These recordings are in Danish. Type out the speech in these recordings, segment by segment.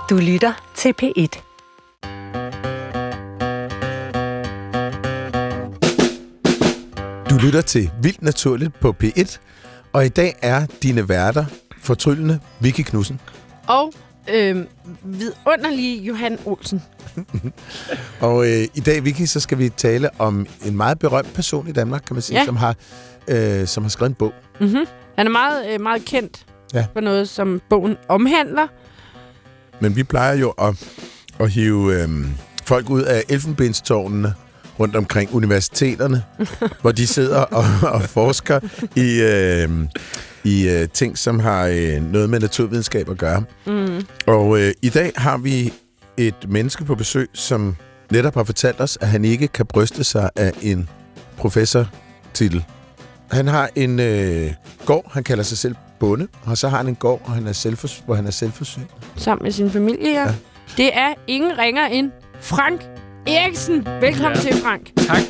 Du lytter til P1. Du lytter til Vildt Naturligt på P1, og i dag er dine værter fortryllende Vicky Knudsen. Og vidunderlige Johan Olsen. Og i dag, Vicky, så skal vi tale om en meget berømt person i Danmark, kan man sige, som har skrevet en bog. Mm-hmm. Han er meget, meget kendt for noget, som bogen omhandler. Men vi plejer jo at hive folk ud af elfenbenstårnene rundt omkring universiteterne, hvor de sidder og forsker i ting, som har noget med naturvidenskab at gøre. Mm. Og i dag har vi et menneske på besøg, som netop har fortalt os, at han ikke kan bryste sig af en professortitel. Han har en gård, han kalder sig selv bonde, og så har han en gård, hvor han er selvforsynet. Sammen med sin familie, ja. Det er ingen ringer end Frank Eriksen. Velkommen til, Frank. Tak.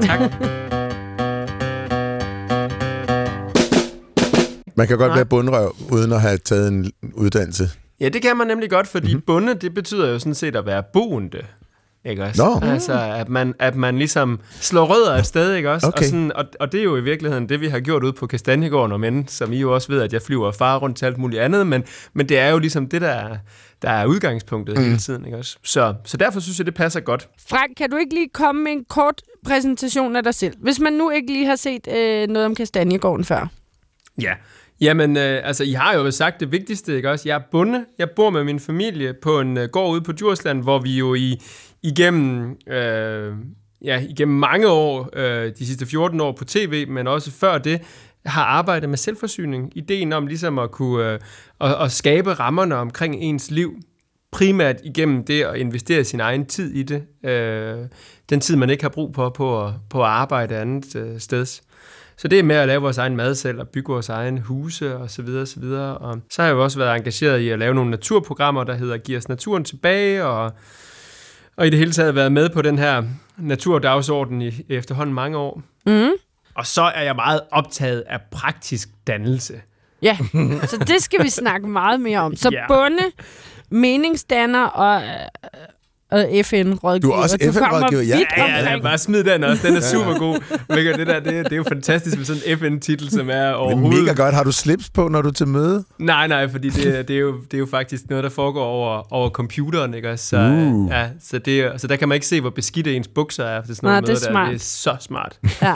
Man kan godt være bundrøv, uden at have taget en uddannelse. Ja, det kan man nemlig godt, fordi bonde, det betyder jo sådan set at være boende. Ikke også? Nå. Altså, at man ligesom slår rødder et sted, ikke også? Okay. Og det er jo i virkeligheden det, vi har gjort ude på Kastanjegården, og men, som I jo også ved, at jeg flyver og farer rundt til alt muligt andet, men det er jo ligesom det, der er udgangspunktet hele tiden, ikke også? Så derfor synes jeg, det passer godt. Frank, kan du ikke lige komme med en kort præsentation af dig selv? Hvis man nu ikke lige har set noget om Kastanjegården før. Ja. Jamen, I har jo sagt det vigtigste, ikke også? Jeg er bonde. Jeg bor med min familie på en gård ude på Djursland, hvor vi jo igennem mange år, de sidste 14 år på tv, men også før det, har arbejdet med selvforsyning. Ideen om ligesom at kunne at skabe rammerne omkring ens liv, primært igennem det at investere sin egen tid i det. Den tid, man ikke har brug på at arbejde andet steds. Så det er med at lave vores egen mad selv og bygge vores egen huse og så videre og så videre. Og så har jeg jo også været engageret i at lave nogle naturprogrammer, der hedder Giv os naturen tilbage, og i det hele taget været med på den her naturdagsorden i efterhånden mange år. Mm. Og så er jeg meget optaget af praktisk dannelse. Ja, så det skal vi snakke meget mere om. Så bonde, meningsdanner og FN-rådgiver. Du er også FN-rådgiver, ja. Bare smid den også. Den er super god. Det er jo fantastisk med sådan en FN-titel, som er overhovedet... Men mega godt. Har du slips på, når du er til møde? Nej, fordi det er jo faktisk noget, der foregår over computeren, ikke? Så der kan man ikke se, hvor beskidte ens bukser er efter sådan nogle møder. Det er så smart. Ja.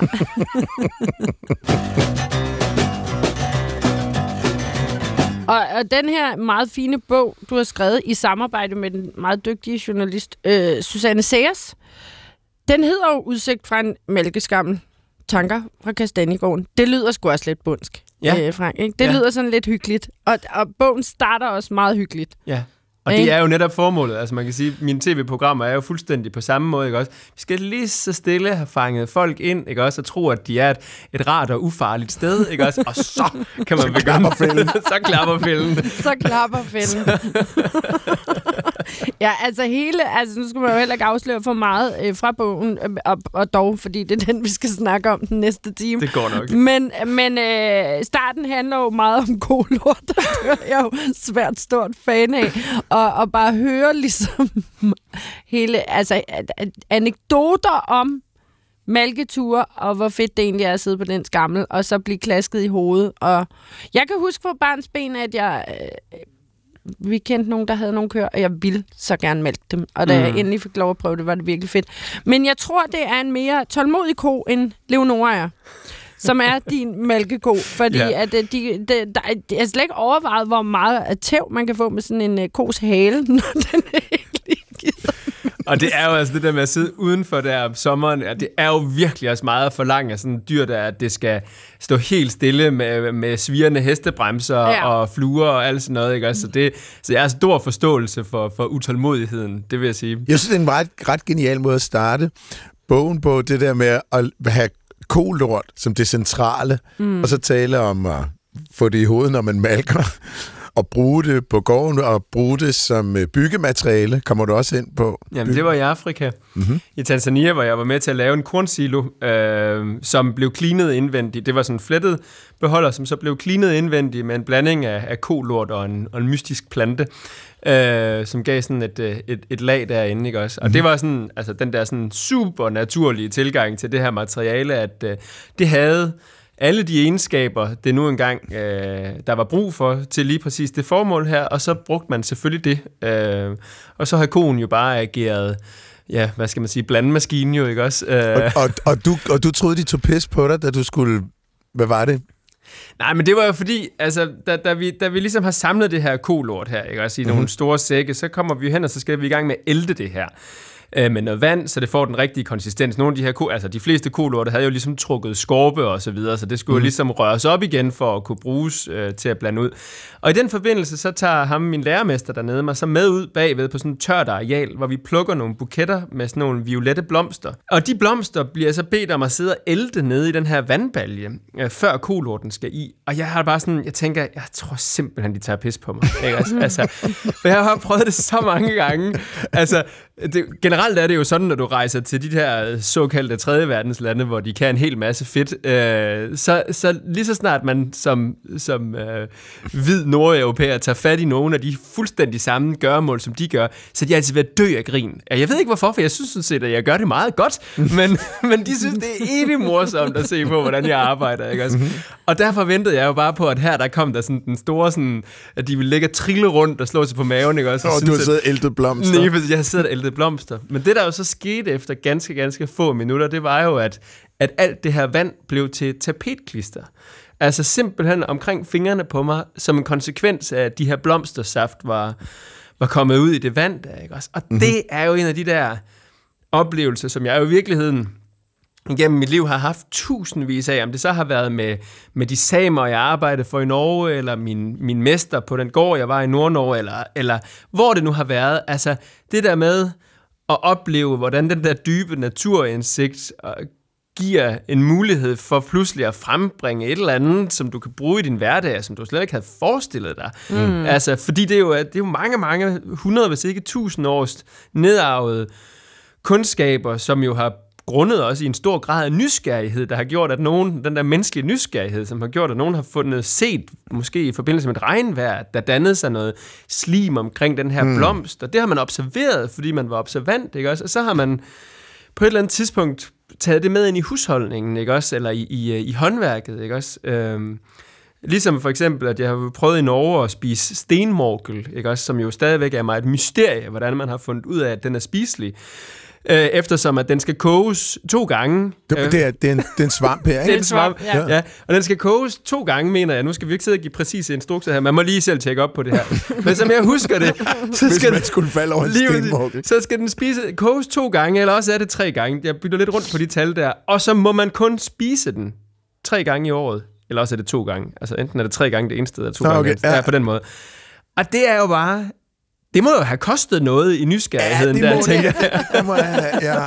Og den her meget fine bog, du har skrevet i samarbejde med den meget dygtige journalist Susanne Seers, den hedder jo Udsigt fra en mælkeskammel. Tanker fra Kastanjegården. Det lyder sgu også lidt bundsk, Frank. Ikke? Det lyder sådan lidt hyggeligt. Og bogen starter også meget hyggeligt. Ja. Og det er jo netop formålet. Altså man kan sige, at mine tv-programmer er jo fuldstændig på samme måde, ikke også? Vi skal lige så stille have fanget folk ind, ikke også? Og tro, at de er et rart og ufarligt sted, ikke også? Og så kan man begynde at fælde. Så klapper fælden. Ja, altså nu skal man jo heller ikke afsløre for meget fra bogen, og dog, fordi det er den, vi skal snakke om den næste time. Det går nok. Men starten handler jo meget om kolort, det er jeg jo svært stort fan af. Og bare høre ligesom hele, altså anekdoter om malketure, og hvor fedt det egentlig er at sidde på den skammel, og så blive klasket i hovedet. Og jeg kan huske fra barnsben, at vi kendte nogen, der havde nogle køer, og jeg ville så gerne mælke dem. Og da jeg endelig fik lov at prøve det, var det virkelig fedt. Men jeg tror, det er en mere tålmodig ko, end Leonora er. Som er din mælkeko, fordi at jeg har slet ikke overvejet, hvor meget tæv man kan få med sådan en kos hale, når den ikke gider. Og det er jo altså det der med at sidde udenfor der om sommeren, det er jo virkelig også meget for langt af sådan et dyr, der at det skal stå helt stille med svirrende hestebremser og fluer og alt sådan noget, ikke? Så jeg har stor forståelse for utålmodigheden, det vil jeg sige. Jeg synes, det er en ret genial måde at starte bogen på, det der med at have kolort som det centrale, og så tale om at få det i hovedet, når man malker. at bruge det på gården og bruge det som byggemateriale. Kommer du også ind på? Jamen, det var i Afrika. Mm-hmm. I Tanzania, hvor jeg var med til at lave en kornsilo, som blev cleanet indvendigt. Det var sådan en flettet beholder, som så blev cleanet indvendigt med en blanding af kolort og en mystisk plante, som gav sådan et lag derinde, ikke også? Og det var sådan, altså den der sådan super naturlige tilgang til det her materiale, at det havde alle de egenskaber, det nu engang, der var brug for til lige præcis det formål her, og så brugte man selvfølgelig det. Og så har koen jo bare ageret, ja, hvad skal man sige, blandemaskinen jo, ikke også? Og du troede, de tog pis på dig, da du skulle, hvad var det? Nej, men det var jo fordi, altså, da vi ligesom har samlet det her kolort her, ikke også, i nogle store sække, så kommer vi hen, og så skal vi i gang med at ælte det her med noget vand, så det får den rigtige konsistens. Nogle af de her altså de fleste kolorter havde jo ligesom trukket skorpe og så videre, så det skulle ligesom røres op igen for at kunne bruges til at blande ud. Og i den forbindelse, så tager min lærermester dernede mig så med ud bagved på sådan et tørt areal, hvor vi plukker nogle buketter med sådan nogle violette blomster. Og de blomster bliver så bedt om at sidde og ælte nede i den her vandbalje, før kolorten skal i. Og jeg har bare sådan, jeg tror simpelthen, de tager pis på mig. Ikke? Altså, for jeg har prøvet det så mange gange. Altså, generelt er det jo sådan, når du rejser til de her såkaldte tredje verdenslande, hvor de kan en hel masse fedt, så lige så snart man som hvid nordeuropæer tager fat i nogle af de fuldstændig samme gøremål, som de gør, så de er altid ved at dø af grin. Jeg ved ikke hvorfor, for jeg synes sådan set, at jeg gør det meget godt, men de synes, det er evigt morsomt at se på, hvordan jeg arbejder. Ikke også? Og derfor ventede jeg jo bare på, at her der kom der sådan den store, sådan, at de ville ligge og trille rundt og slå sig på maven. Ikke også? Og du har siddet og æltet blomster. Nej, jeg har siddet og æltet blomster. Men det, der jo så skete efter ganske få minutter, det var jo, at alt det her vand blev til tapetklister. Altså simpelthen omkring fingrene på mig, som en konsekvens af, at de her blomstersaft var kommet ud i det vand der, ikke også? Og det er jo en af de der oplevelser, som jeg jo i virkeligheden igennem mit liv har haft tusindvis af, om det så har været med de samer, jeg arbejdede for i Norge, eller min mester på den gård, jeg var i Nord-Norge, eller hvor det nu har været. Altså det der med at opleve, hvordan den der dybe naturindsigt giver en mulighed for pludselig at frembringe et eller andet, som du kan bruge i din hverdag, som du slet ikke havde forestillet dig. Altså, fordi det er jo mange 100, hvis ikke 1000 års nedarvede kundskaber, som jo har grundet også i en stor grad af nysgerrighed, der har gjort, at den der menneskelige nysgerrighed, som har gjort, at nogen har set, måske i forbindelse med et regnvejr, der dannede sig noget slim omkring den her blomst, og det har man observeret, fordi man var observant, ikke også? Og så har man på et eller andet tidspunkt taget det med ind i husholdningen, ikke også? Eller i håndværket, ikke også? Ligesom for eksempel, at jeg har prøvet i Norge at spise stenmorkel, ikke også? Som jo stadigvæk er meget et mysterie, hvordan man har fundet ud af, at den er spiselig. Eftersom at den skal koges 2 gange. Det er en svamp her, ikke? Det er en svamp, ja. Og den skal koges 2 gange, mener jeg. Nu skal vi ikke sidde og give præcise instrukser her. Man må lige selv tjekke op på det her. Men som jeg husker det, så skal man skulle falde over en stenmorkel. Så skal den koges 2 gange, eller også er det 3 gange. Jeg bytter lidt rundt på de tal der. Og så må man kun spise den 3 gange i året. Eller også er det 2 gange. Altså enten er det 3 gange det ene sted, eller 2 gange det ja, på den måde. Og det er jo bare... Det må jo have kostet noget i nysgerrigheden, der tænker jeg. Det må have, ja.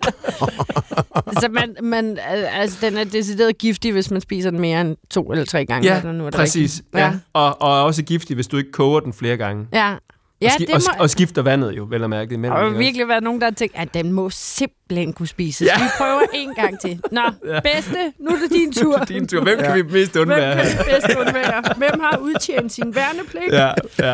Så altså, den er decideret giftig, hvis man spiser den mere end 2 eller 3 gange. Ja, eller nu er det præcis. Ja. Og også giftig, hvis du ikke koger den flere gange. Ja. Og skifter vandet jo, vel at mærke det imellem. Og virkelig været nogen, der har tænkt, at den må simpelthen kunne spises. Ja. Vi prøver en gang til. Nå, bedste, nu er det din tur. Din tur. Hvem kan vi mest undvære? Hvem kan vi bedst undvære? Hvem har udtjent sin værnepligt? Ja.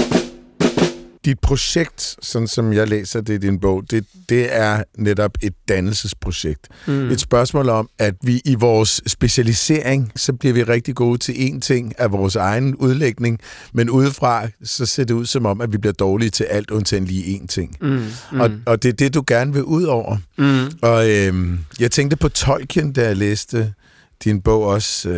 Dit projekt, sådan som jeg læser det i din bog, det er netop et dannelsesprojekt. Et spørgsmål om, at vi i vores specialisering, så bliver vi rigtig gode til én ting af vores egen udlægning, men udefra, så ser det ud som om, at vi bliver dårlige til alt, undtagen lige én ting. Og det er det, du gerne vil ud over. Og jeg tænkte på Tolkien, da jeg læste din bog også.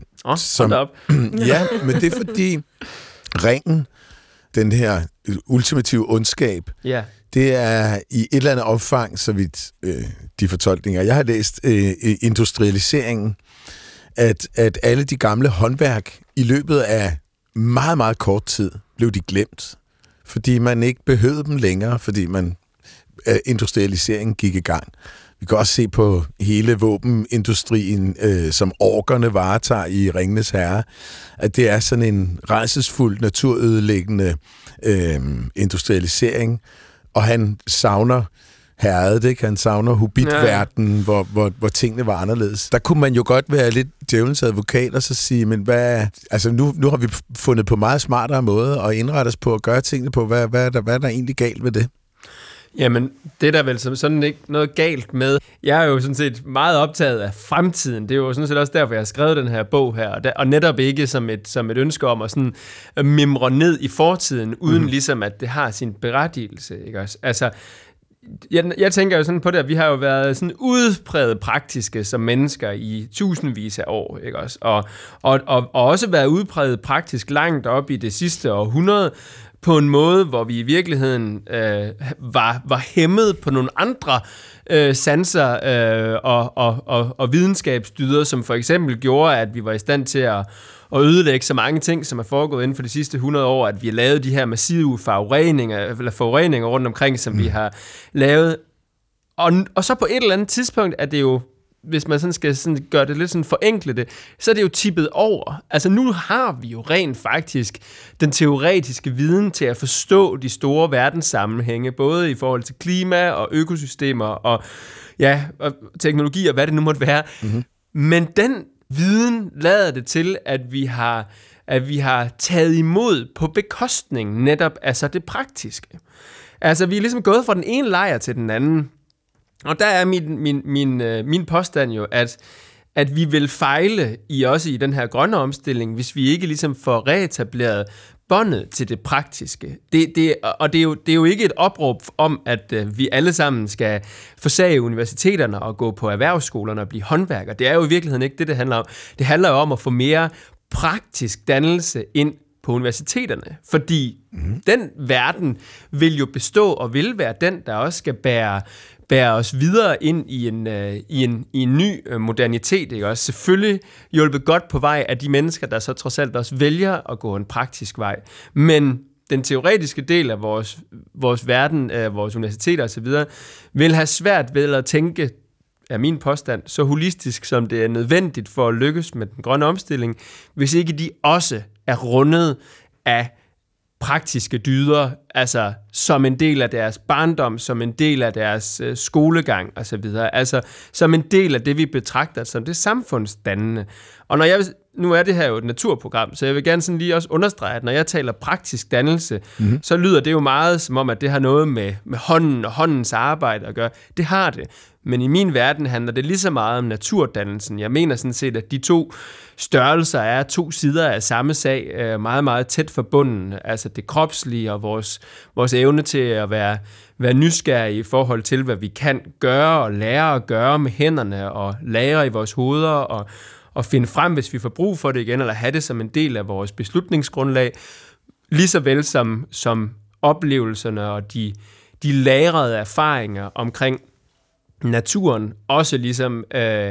Ja, men det er fordi Ringen, den her ultimative ondskab, det er i et eller andet omfang, så vidt de fortolkninger, jeg har læst, industrialiseringen, at alle de gamle håndværk i løbet af meget, meget kort tid blev de glemt, fordi man ikke behøvede dem længere, fordi industrialiseringen gik i gang. Vi kan også se på hele våbenindustrien, som orkerne varetager i Ringenes Herre, at det er sådan en rædselsfuld, naturødelæggende industrialisering, og han savner herredet, ikke? Han savner hobbitverden, hvor tingene var anderledes. Der kunne man jo godt være lidt djævelens advokat og så sige, men nu har vi fundet på meget smartere måder at indrette os på at gøre tingene på. Hvad er der egentlig galt ved det? Jamen, det er der vel sådan ikke noget galt med. Jeg er jo sådan set meget optaget af fremtiden. Det er jo sådan set også derfor, jeg har skrevet den her bog her. Og netop ikke som et ønske om at sådan mimre ned i fortiden, uden ligesom at det har sin berettigelse. Ikke også? Altså, jeg tænker jo sådan på det, at vi har jo været sådan udpræget praktiske som mennesker i tusindvis af år, ikke også? Og også været udpræget praktisk langt op i det sidste århundrede, på en måde, hvor vi i virkeligheden var hæmmet på nogle andre sanser og videnskabsdyder, som for eksempel gjorde, at vi var i stand til at ødelægge så mange ting, som er foregået inden for de sidste 100 år, at vi har lavet de her massive forureninger rundt omkring, som vi har lavet. Og så på et eller andet tidspunkt er det jo, hvis man sådan skal gøre det lidt sådan forenkle det, så er det jo tippet over. Altså nu har vi jo rent faktisk den teoretiske viden til at forstå de store verdenssammenhænge, både i forhold til klima og økosystemer og teknologi og hvad det nu måtte være. Mm-hmm. Men den viden lader det til, at vi har taget imod på bekostning netop altså det praktiske. Altså vi er ligesom gået fra den ene lejr til den anden. Og der er min påstand jo, at vi vil fejle også i den her grønne omstilling, hvis vi ikke ligesom får reetableret båndet til det praktiske. Det er jo ikke et opråb om, at vi alle sammen skal forsage universiteterne og gå på erhvervsskolerne og blive håndværkere. Det er jo i virkeligheden ikke det handler om. Det handler jo om at få mere praktisk dannelse ind på universiteterne, fordi den verden vil jo bestå og vil være den, der også skal bære os videre ind i en ny modernitet, ikke også? Selvfølgelig hjulpet godt på vej af de mennesker, der så trods alt også vælger at gå en praktisk vej. Men den teoretiske del af vores verden, vores universiteter osv., vil have svært ved at tænke, er min påstand, så holistisk, som det er nødvendigt for at lykkes med den grønne omstilling, hvis ikke de også er rundet af praktiske dyder, altså som en del af deres barndom, som en del af deres skolegang osv., altså som en del af det, vi betragter som det samfundsdannende. Og nu er det her jo et naturprogram, så jeg vil gerne sådan lige også understrege, at når jeg taler praktisk dannelse, så lyder det jo meget som om, at det har noget med hånden og håndens arbejde at gøre. Det har det. Men i min verden handler det lige så meget om naturdannelsen. Jeg mener sådan set, at de to størrelser er to sider af samme sag, meget, meget tæt forbundne. Altså det kropslige og vores evne til at være nysgerrige i forhold til, hvad vi kan gøre og lære at gøre med hænderne og lære i vores hoveder og finde frem, hvis vi får brug for det igen, eller have det som en del af vores beslutningsgrundlag, lige så vel som oplevelserne og de lagrede erfaringer omkring naturen også ligesom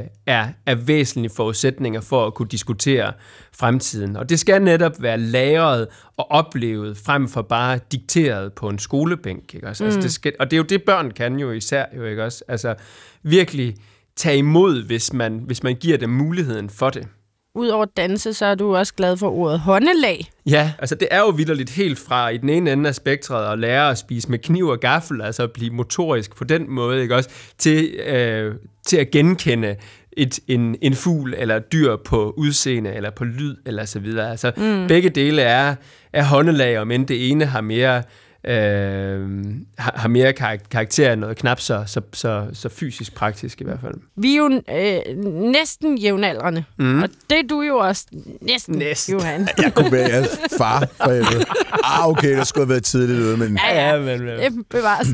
er væsentlige forudsætninger for at kunne diskutere fremtiden. Og det skal netop være lagret og oplevet frem for bare dikteret på en skolebænk. Ikke også? Altså og det er jo det, børn kan jo især. Jo, ikke også? Altså virkelig tage imod, hvis man giver dem muligheden for det. Udover danse, så er du også glad for ordet håndelag. Ja, altså det er jo vitterligt helt fra i den ene ende af spektret at lære at spise med kniv og gaffel, altså at blive motorisk på den måde, ikke også, til at genkende en fugl eller dyr på udseende eller på lyd eller så videre. Altså begge dele er håndelag, om end det ene har mere karakter end noget knap så fysisk praktisk i hvert fald. Vi er jo næsten jævnaldrende, og det er du jo også næsten. Johan. Jeg kunne være jeres far for helvede. Okay, der skulle have været tidligt ude, men... Ja, men bevares.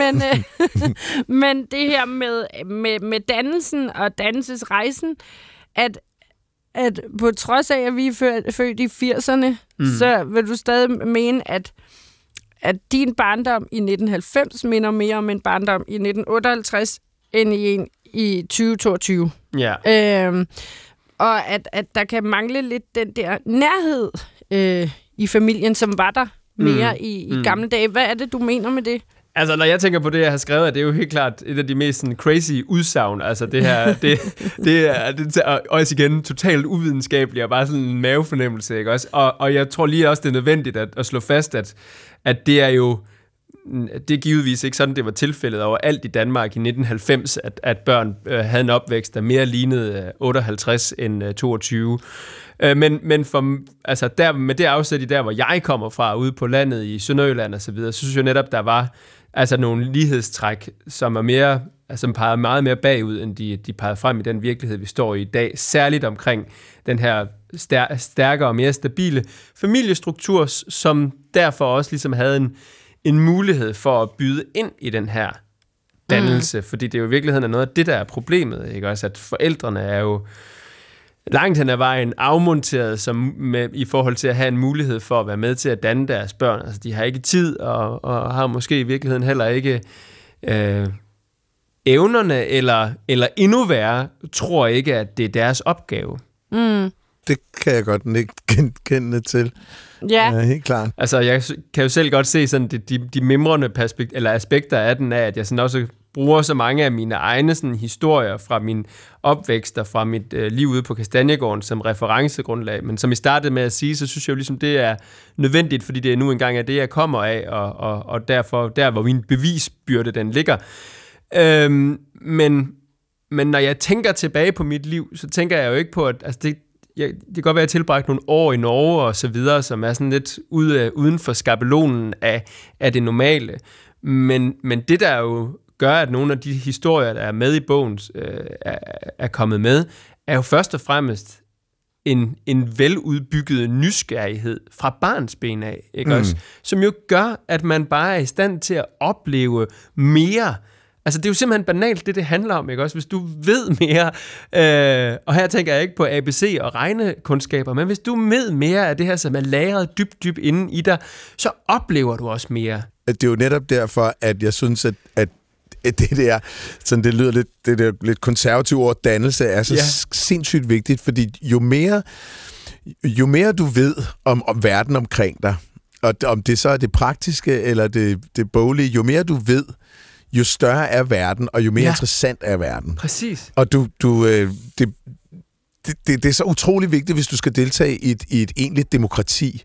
Men det her med dannelsen og dannelsesrejsen, at på trods af, at vi er født i 80'erne, så vil du stadig mene, at din barndom i 1990 minder mere om en barndom i 1958 end i en i 2022. Ja. Og at der kan mangle lidt den der nærhed i familien, som var der mere i gamle dage. Hvad er det, du mener med det? Altså, når jeg tænker på det, jeg har skrevet, er det jo helt klart et af de mest sådan, crazy udsagn. Altså, det her, det er også igen totalt uvidenskabeligt og bare sådan en mavefornemmelse, ikke også? Og jeg tror lige også, det er nødvendigt at slå fast, at det er jo, det er givetvis ikke sådan, det var tilfældet overalt i Danmark i 1990, at børn havde en opvækst, der mere lignede 58 end 22. Men for, altså der, med det afsæt i der, hvor jeg kommer fra, ude på landet i Sønderjylland og så videre, så synes jeg netop, der var altså nogle lighedstræk, som er mere, altså peger meget mere bagud, end de peger frem i den virkelighed, vi står i dag. Særligt omkring den her stærkere og mere stabile familiestruktur, som derfor også ligesom havde en mulighed for at byde ind i den her dannelse, fordi det jo i virkeligheden er noget af det, der er problemet, ikke også? At forældrene er jo langt hen ad vejen afmonteret i forhold til at have en mulighed for at være med til at danne deres børn. Altså, de har ikke tid, og har måske i virkeligheden heller ikke evnerne, eller endnu værre, tror ikke, at det er deres opgave. Mm. Det kan jeg godt ikke genkende til. Ja, helt klart. Altså, jeg kan jo selv godt se sådan de mimrende aspekter af den, af at jeg sådan også bruger så mange af mine egne sådan, historier fra min opvækst og fra mit liv ude på Kastanjegården som referencegrundlag. Men som I startede med at sige, så synes jeg jo ligesom, det er nødvendigt, fordi det nu engang er det, jeg kommer af, og derfor der, hvor min bevisbyrde den ligger. Men når jeg tænker tilbage på mit liv, så tænker jeg jo ikke på, at altså det kan godt være, at jeg tilbragt nogle år i Norge og så videre, som er sådan lidt uden for skabelonen af det normale. Men det, der jo gør, at nogle af de historier, der er med i bogen, er kommet med, er jo først og fremmest en veludbygget nysgerrighed fra barnsben af, ikke også? Som jo gør, at man bare er i stand til at opleve mere. Altså, det er jo simpelthen banalt, det handler om, ikke også? Hvis du ved mere, og her tænker jeg ikke på ABC og regnekundskaber, men hvis du ved mere af det her, som er lagret dybt inde i dig, så oplever du også mere. Det er jo netop derfor, at jeg synes, at det der, sådan det lyder lidt konservativt ord, dannelse, er så sindssygt vigtigt, fordi jo mere du ved om verden omkring dig, og om det så er det praktiske eller det boglige, jo mere du ved, jo større er verden, og jo mere interessant er verden. Præcis. Og det er så utrolig vigtigt, hvis du skal deltage i et egentligt demokrati,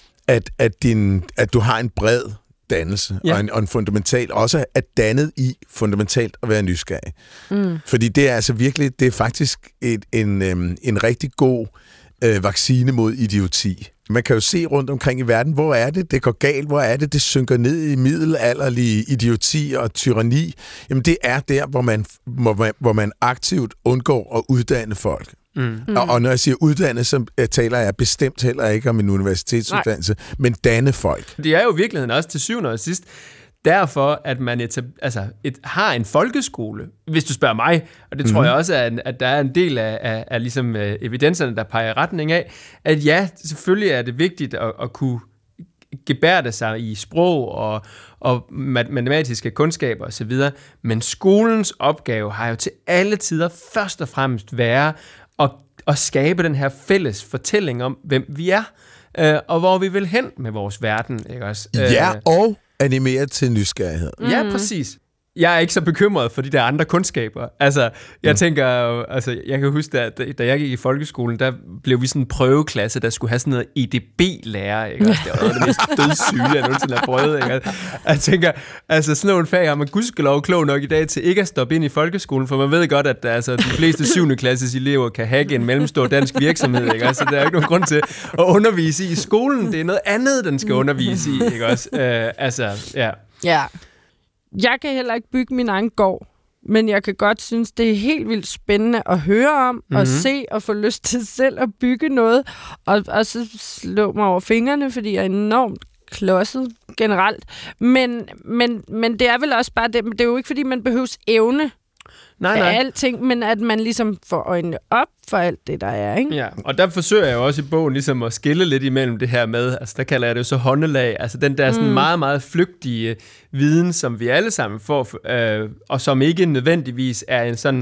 at du har en bred dannelse, og en fundamental, også er dannet i fundamentalt at være nysgerrig. Fordi det er altså virkelig, det er faktisk en rigtig god vaccine mod idioti. Man kan jo se rundt omkring i verden, hvor er det går galt, hvor er det synker ned i middelalderlig idioti og tyranni. Jamen det er der, hvor man aktivt undgår at uddanne folk. Og når jeg siger uddanne, så taler jeg bestemt heller ikke om en universitetsuddannelse, men danne folk. Det er jo i virkeligheden også til syvende og sidst derfor, at man har en folkeskole, hvis du spørger mig, og det tror jeg også, at der er en del af ligesom, evidenserne, der peger i retning af, at ja, selvfølgelig er det vigtigt at kunne gebærde sig i sprog og matematiske kundskaber osv., men skolens opgave har jo til alle tider først og fremmest været at skabe den her fælles fortælling om, hvem vi er, og hvor vi vil hen med vores verden, ikke også? Og animere til nysgerrighed. Ja, præcis. Jeg er ikke så bekymret for de der andre kundskaber. Altså, jeg tænker, jeg kan huske, da jeg gik i folkeskolen, der blev vi sådan en prøveklasse, der skulle have sådan noget EDB-lærer, ikke? Det var noget af det mest dødssyge, jeg nogensinde har prøvet, ikke? Jeg tænker, altså sådan nogle fag har man gudskelov klog nok i dag til ikke at stoppe ind i folkeskolen, for man ved godt, at altså, de fleste 7. klasses elever kan hacke en mellemstor dansk virksomhed, ikke? Altså, der er ikke nogen grund til at undervise i skolen. Det er noget andet, den skal undervise i, ikke også? Ja. Jeg kan heller ikke bygge min egen gård, men jeg kan godt synes, det er helt vildt spændende at høre om, og se og få lyst til selv at bygge noget, og så slå mig over fingrene, fordi jeg er enormt klodset generelt. Men det er vel også bare det er jo ikke, fordi man behøves evne af alting, men at man ligesom får øjnene op for alt det, der er, ikke? Ja, og der forsøger jeg jo også i bogen ligesom at skille lidt imellem det her med, altså der kalder jeg det jo så håndelag, altså den der sådan meget, meget flygtige viden, som vi alle sammen får, og som ikke nødvendigvis er en sådan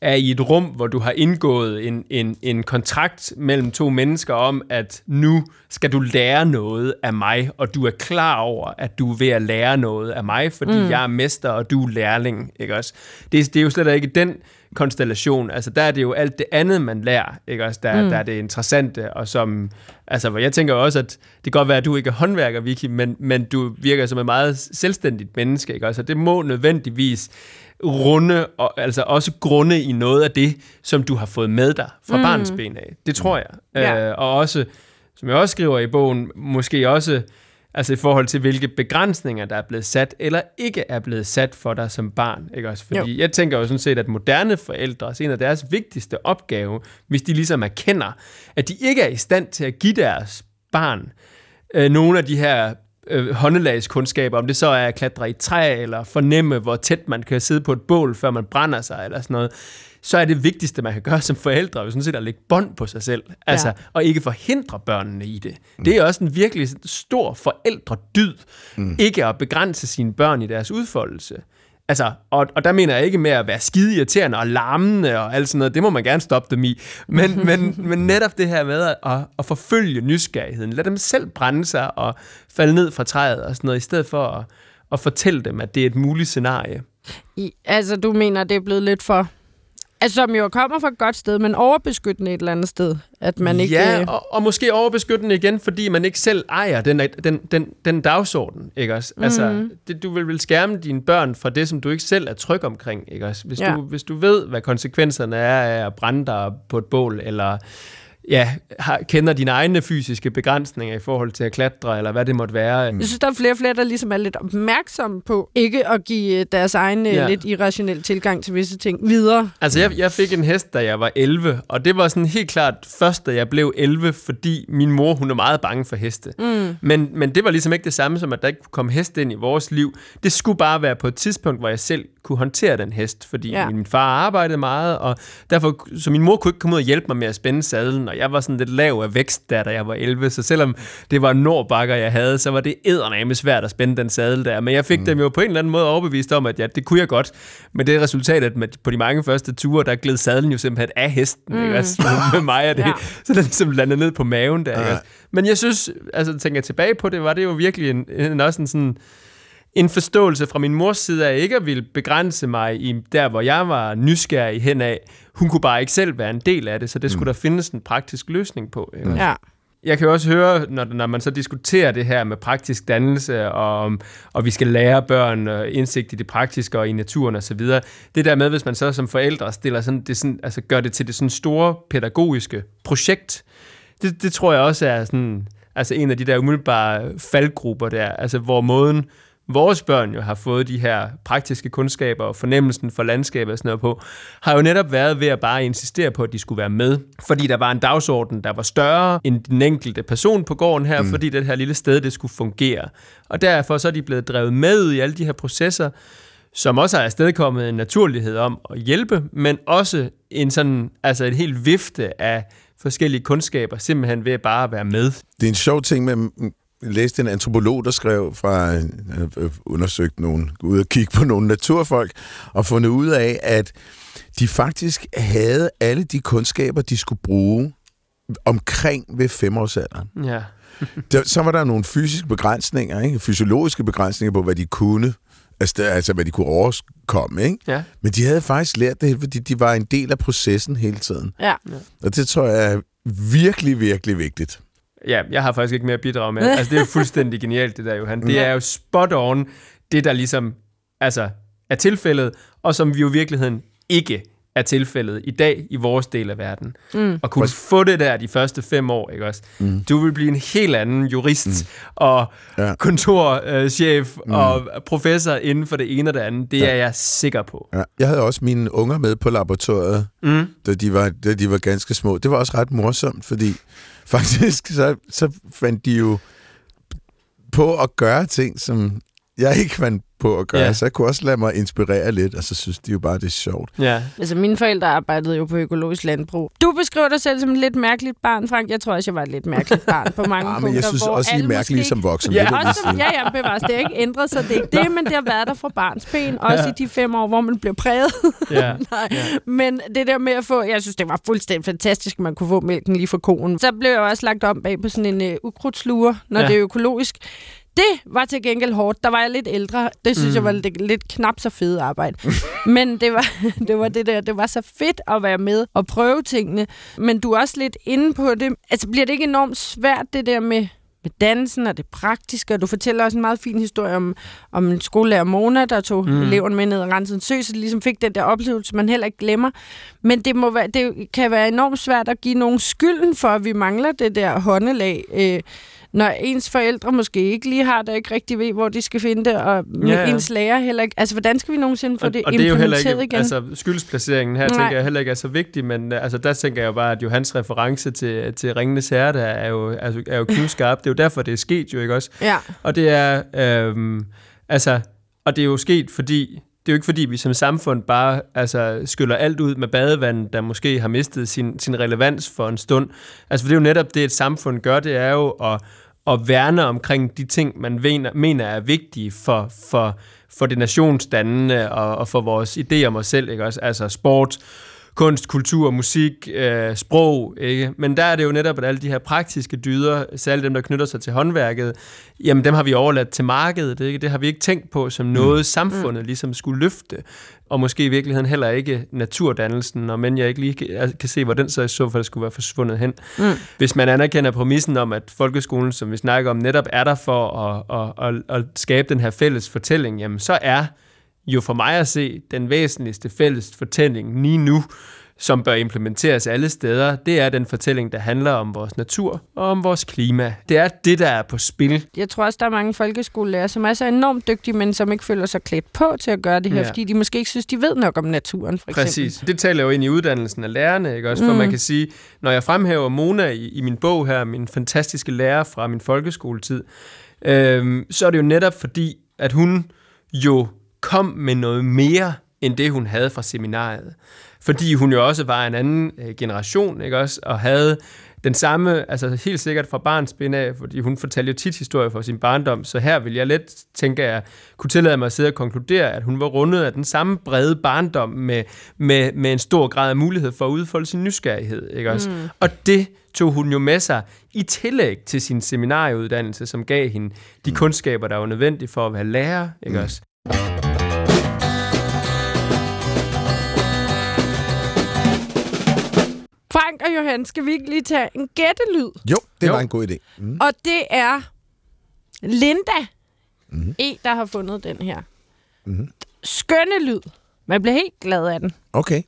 er i et rum, hvor du har indgået en kontrakt mellem to mennesker om, at nu skal du lære noget af mig, og du er klar over, at du er ved at lære noget af mig, fordi jeg er mester, og du er lærling, ikke også? Det er jo slet ikke den konstellation. Altså, der er det jo alt det andet, man lærer, ikke også? Der er det interessante, og som... Altså, hvor jeg tænker også, at det kan godt være, at du ikke er håndværker, Vicky, men du virker som et meget selvstændigt menneske, ikke også? Og det må nødvendigvis runde, og altså også grunde i noget af det, som du har fået med dig fra barns ben af. Det tror jeg. Ja. Og også, som jeg også skriver i bogen, måske også altså i forhold til, hvilke begrænsninger, der er blevet sat, eller ikke er blevet sat for dig som barn. Ikke også? Fordi jeg tænker jo sådan set, at moderne forældre, en af deres vigtigste opgave, hvis de ligesom erkender, at de ikke er i stand til at give deres barn nogle af de her håndelagskundskaber, om det så er at klatre i træ, eller fornemme, hvor tæt man kan sidde på et bål, før man brænder sig, eller sådan noget, så er det vigtigste, man kan gøre som forældre, jo sådan set at lægge bånd på sig selv, altså, og ikke forhindre børnene i det. Det er også en virkelig stor forældredyd, ikke at begrænse sine børn i deres udfoldelse. Altså, og der mener jeg ikke med at være skide irriterende og larmende og alt sådan noget, det må man gerne stoppe dem i, men netop det her med at forfølge nysgerrigheden, lad dem selv brænde sig og falde ned fra træet og sådan noget, i stedet for at fortælle dem, at det er et muligt scenarie. Altså, du mener, det er blevet lidt for... Altså, som jo kommer fra et godt sted, men overbeskyttende et eller andet sted, at man ikke... Ja, og måske overbeskyttende igen, fordi man ikke selv ejer den dagsorden, ikke også? Altså, du vil skærme dine børn fra det, som du ikke selv er tryg omkring, ikke også? Hvis du ved, hvad konsekvenserne er af at brænde dig på et bål, eller kender dine egne fysiske begrænsninger i forhold til at klatre, eller hvad det måtte være. Jeg synes, der er flere og flere, der ligesom er lidt opmærksomme på ikke at give deres egen lidt irrationel tilgang til visse ting videre. Altså, jeg fik en hest, da jeg var 11, og det var sådan helt klart først, da jeg blev 11, fordi min mor, hun er meget bange for heste. Men det var ligesom ikke det samme som, at der ikke kunne komme heste ind i vores liv. Det skulle bare være på et tidspunkt, hvor jeg selv kunne håndtere den hest, fordi min far arbejdede meget, og derfor, så min mor kunne ikke komme ud og hjælpe mig med at spænde sadlen, og jeg var sådan lidt lav af vækst da jeg var 11, så selvom det var nordbakker, jeg havde, så var det eddermame svært at spænde den sadel der, men jeg fik dem jo på en eller anden måde overbevist om, at det kunne jeg godt, men det resultat, at på de mange første ture, der gled sadlen jo simpelthen af hesten, ikke også, med mig og det, så den ligesom landede ned på maven der, ikke også. Men jeg synes, altså tænker jeg tilbage på det, var det jo virkelig også sådan en forståelse fra min mors side af ikke at ville begrænse mig i der, hvor jeg var nysgerrig henad. Hun kunne bare ikke selv være en del af det, så det skulle der findes en praktisk løsning på. Ja. Jeg kan jo også høre, når man så diskuterer det her med praktisk dannelse, og vi skal lære børn indsigt i det praktiske og i naturen osv., det der med, hvis man så som forældre stiller altså gør det til det sådan store pædagogiske projekt, det tror jeg også er sådan, altså en af de der umiddelbare faldgrupper der, altså hvor måden vores børn jo har fået de her praktiske kundskaber og fornemmelsen for landskabet og sådan noget på, har jo netop været ved at bare insistere på, at de skulle være med. Fordi der var en dagsorden, der var større end den enkelte person på gården her, fordi det her lille sted, det skulle fungere. Og derfor så er de blevet drevet med i alle de her processer, som også har afstedkommet en naturlighed om at hjælpe, men også en sådan, altså et helt vifte af forskellige kundskaber, simpelthen ved bare at være med. Det er en sjov ting med... Jeg læste en antropolog, der skrev fra undersøgt nogen, ude og kigge på nogle naturfolk, og fundet ud af, at de faktisk havde alle de kundskaber, de skulle bruge omkring ved 5-årsalderen. Ja. Så var der nogle fysiske begrænsninger, ikke? Fysiologiske begrænsninger på, hvad de kunne, altså hvad de kunne overkomme, ikke? Ja. Men de havde faktisk lært det, fordi de var en del af processen hele tiden. Ja. Og det tror jeg er virkelig, virkelig vigtigt. Ja, jeg har faktisk ikke mere at bidrage med. Altså, det er jo fuldstændig genialt, det der, Johan. Det er jo spot on, det der ligesom altså, er tilfældet, og som vi jo i virkeligheden ikke er tilfældet i dag i vores del af verden. Og kunne få det der de første 5 år, ikke også? Du vil blive en helt anden jurist og kontorchef og professor inden for det ene og det andet. Det er jeg sikker på. Ja. Jeg havde også mine unger med på laboratoriet, da de var ganske små. Det var også ret morsomt, fordi faktisk så fandt de jo på at gøre ting, som jeg ikke fandt på at gøre, så jeg kunne også lade mig inspirere lidt, og så synes de jo bare, det er sjovt. Ja. Altså, mine forældre arbejdede jo på økologisk landbrug. Du beskriver dig selv som et lidt mærkeligt barn, Frank. Jeg tror også, jeg var et lidt mærkeligt barn på mange punkter. Men jeg synes også, I er mærkelige som voksen. Ja, bevares. Det er ikke ændret sig, det er ikke det, men det har været der fra barnsben, også i de 5 år, hvor man blev præget. Ja. Men det der med at få, jeg synes, det var fuldstændig fantastisk, at man kunne få mælken lige fra koen. Så blev jeg også lagt om bag på sådan en ukrudtsluger, når det er økologisk. Det var til gengæld hårdt. Der var jeg lidt ældre. Det synes jeg var lidt knap så fedt arbejde. Men det var det der. Det var så fedt at være med og prøve tingene. Men du er også lidt inde på det. Altså bliver det ikke enormt svært, det der med dansen og det praktiske? Og du fortæller også en meget fin historie om en skolelærer Mona, der tog eleverne med ned og rensede en sø, så de ligesom fik den der oplevelse, man heller ikke glemmer. Men det kan være enormt svært at give nogen skylden for, at vi mangler det der håndelag, når ens forældre måske ikke lige har det, ikke rigtig ved, hvor de skal finde det, og ens lærer heller ikke. Altså, hvordan skal vi nogensinde få det implementeret igen? Og det er jo heller ikke, altså, skyldsplaceringen her, tænker jeg heller ikke er så vigtig, men altså, der tænker jeg jo bare, at Johans reference til Ringenes Herre, der er jo knivskarp. Det er jo derfor, det er sket jo, ikke også? Ja. Og det er, og det er jo sket, fordi det er jo ikke fordi, vi som samfund bare skyller alt ud med badevand, der måske har mistet sin relevans for en stund. Altså, for det er jo netop det, et samfund gør, det er jo at værne omkring de ting, man mener er vigtige for det nationsdannende og for vores idé om os selv, ikke også? Altså sport, kunst, kultur, musik, sprog, ikke? Men der er det jo netop, at alle de her praktiske dyder, særligt dem, der knytter sig til håndværket, jamen dem har vi overladt til markedet, ikke? Det har vi ikke tænkt på som noget samfundet ligesom skulle løfte, og måske i virkeligheden heller ikke naturdannelsen, og men jeg ikke lige kan se, hvor den så fald skulle være forsvundet hen. Hvis man anerkender præmissen om, at folkeskolen, som vi snakker om, netop er der for at skabe den her fælles fortælling, jamen så er jo for mig at se den væsentligste fælles fortælling lige nu, som bør implementeres alle steder, det er den fortælling, der handler om vores natur og om vores klima. Det er det, der er på spil. Jeg tror også, der er mange folkeskolelærer, som er så enormt dygtige, men som ikke føler sig klædt på til at gøre det her, fordi de måske ikke synes, de ved nok om naturen, for eksempel. Præcis. Det taler jo ind i uddannelsen af lærerne, ikke også? For man kan sige, når jeg fremhæver Mona i min bog her, min fantastiske lærer fra min folkeskoletid, så er det jo netop fordi, at hun jo kom med noget mere, end det hun havde fra seminariet. Fordi hun jo også var en anden generation, ikke også? Og havde den samme, altså helt sikkert fra barnsben af, fordi hun fortalte jo tit historier fra sin barndom, så her vil jeg let, tænker jeg, kunne tillade mig at sidde og konkludere, at hun var rundet af den samme brede barndom med en stor grad af mulighed for at udfolde sin nysgerrighed, ikke også? Og det tog hun jo med sig i tillæg til sin seminarieuddannelse, som gav hende de kundskaber, der var nødvendige for at være lærer, ikke også? Frank og Johan, skal vi ikke lige tage en gættelyd? Jo, det var en god idé. Og det er Linda der har fundet den her. Skønne lyd. Man bliver helt glad af den. Okay.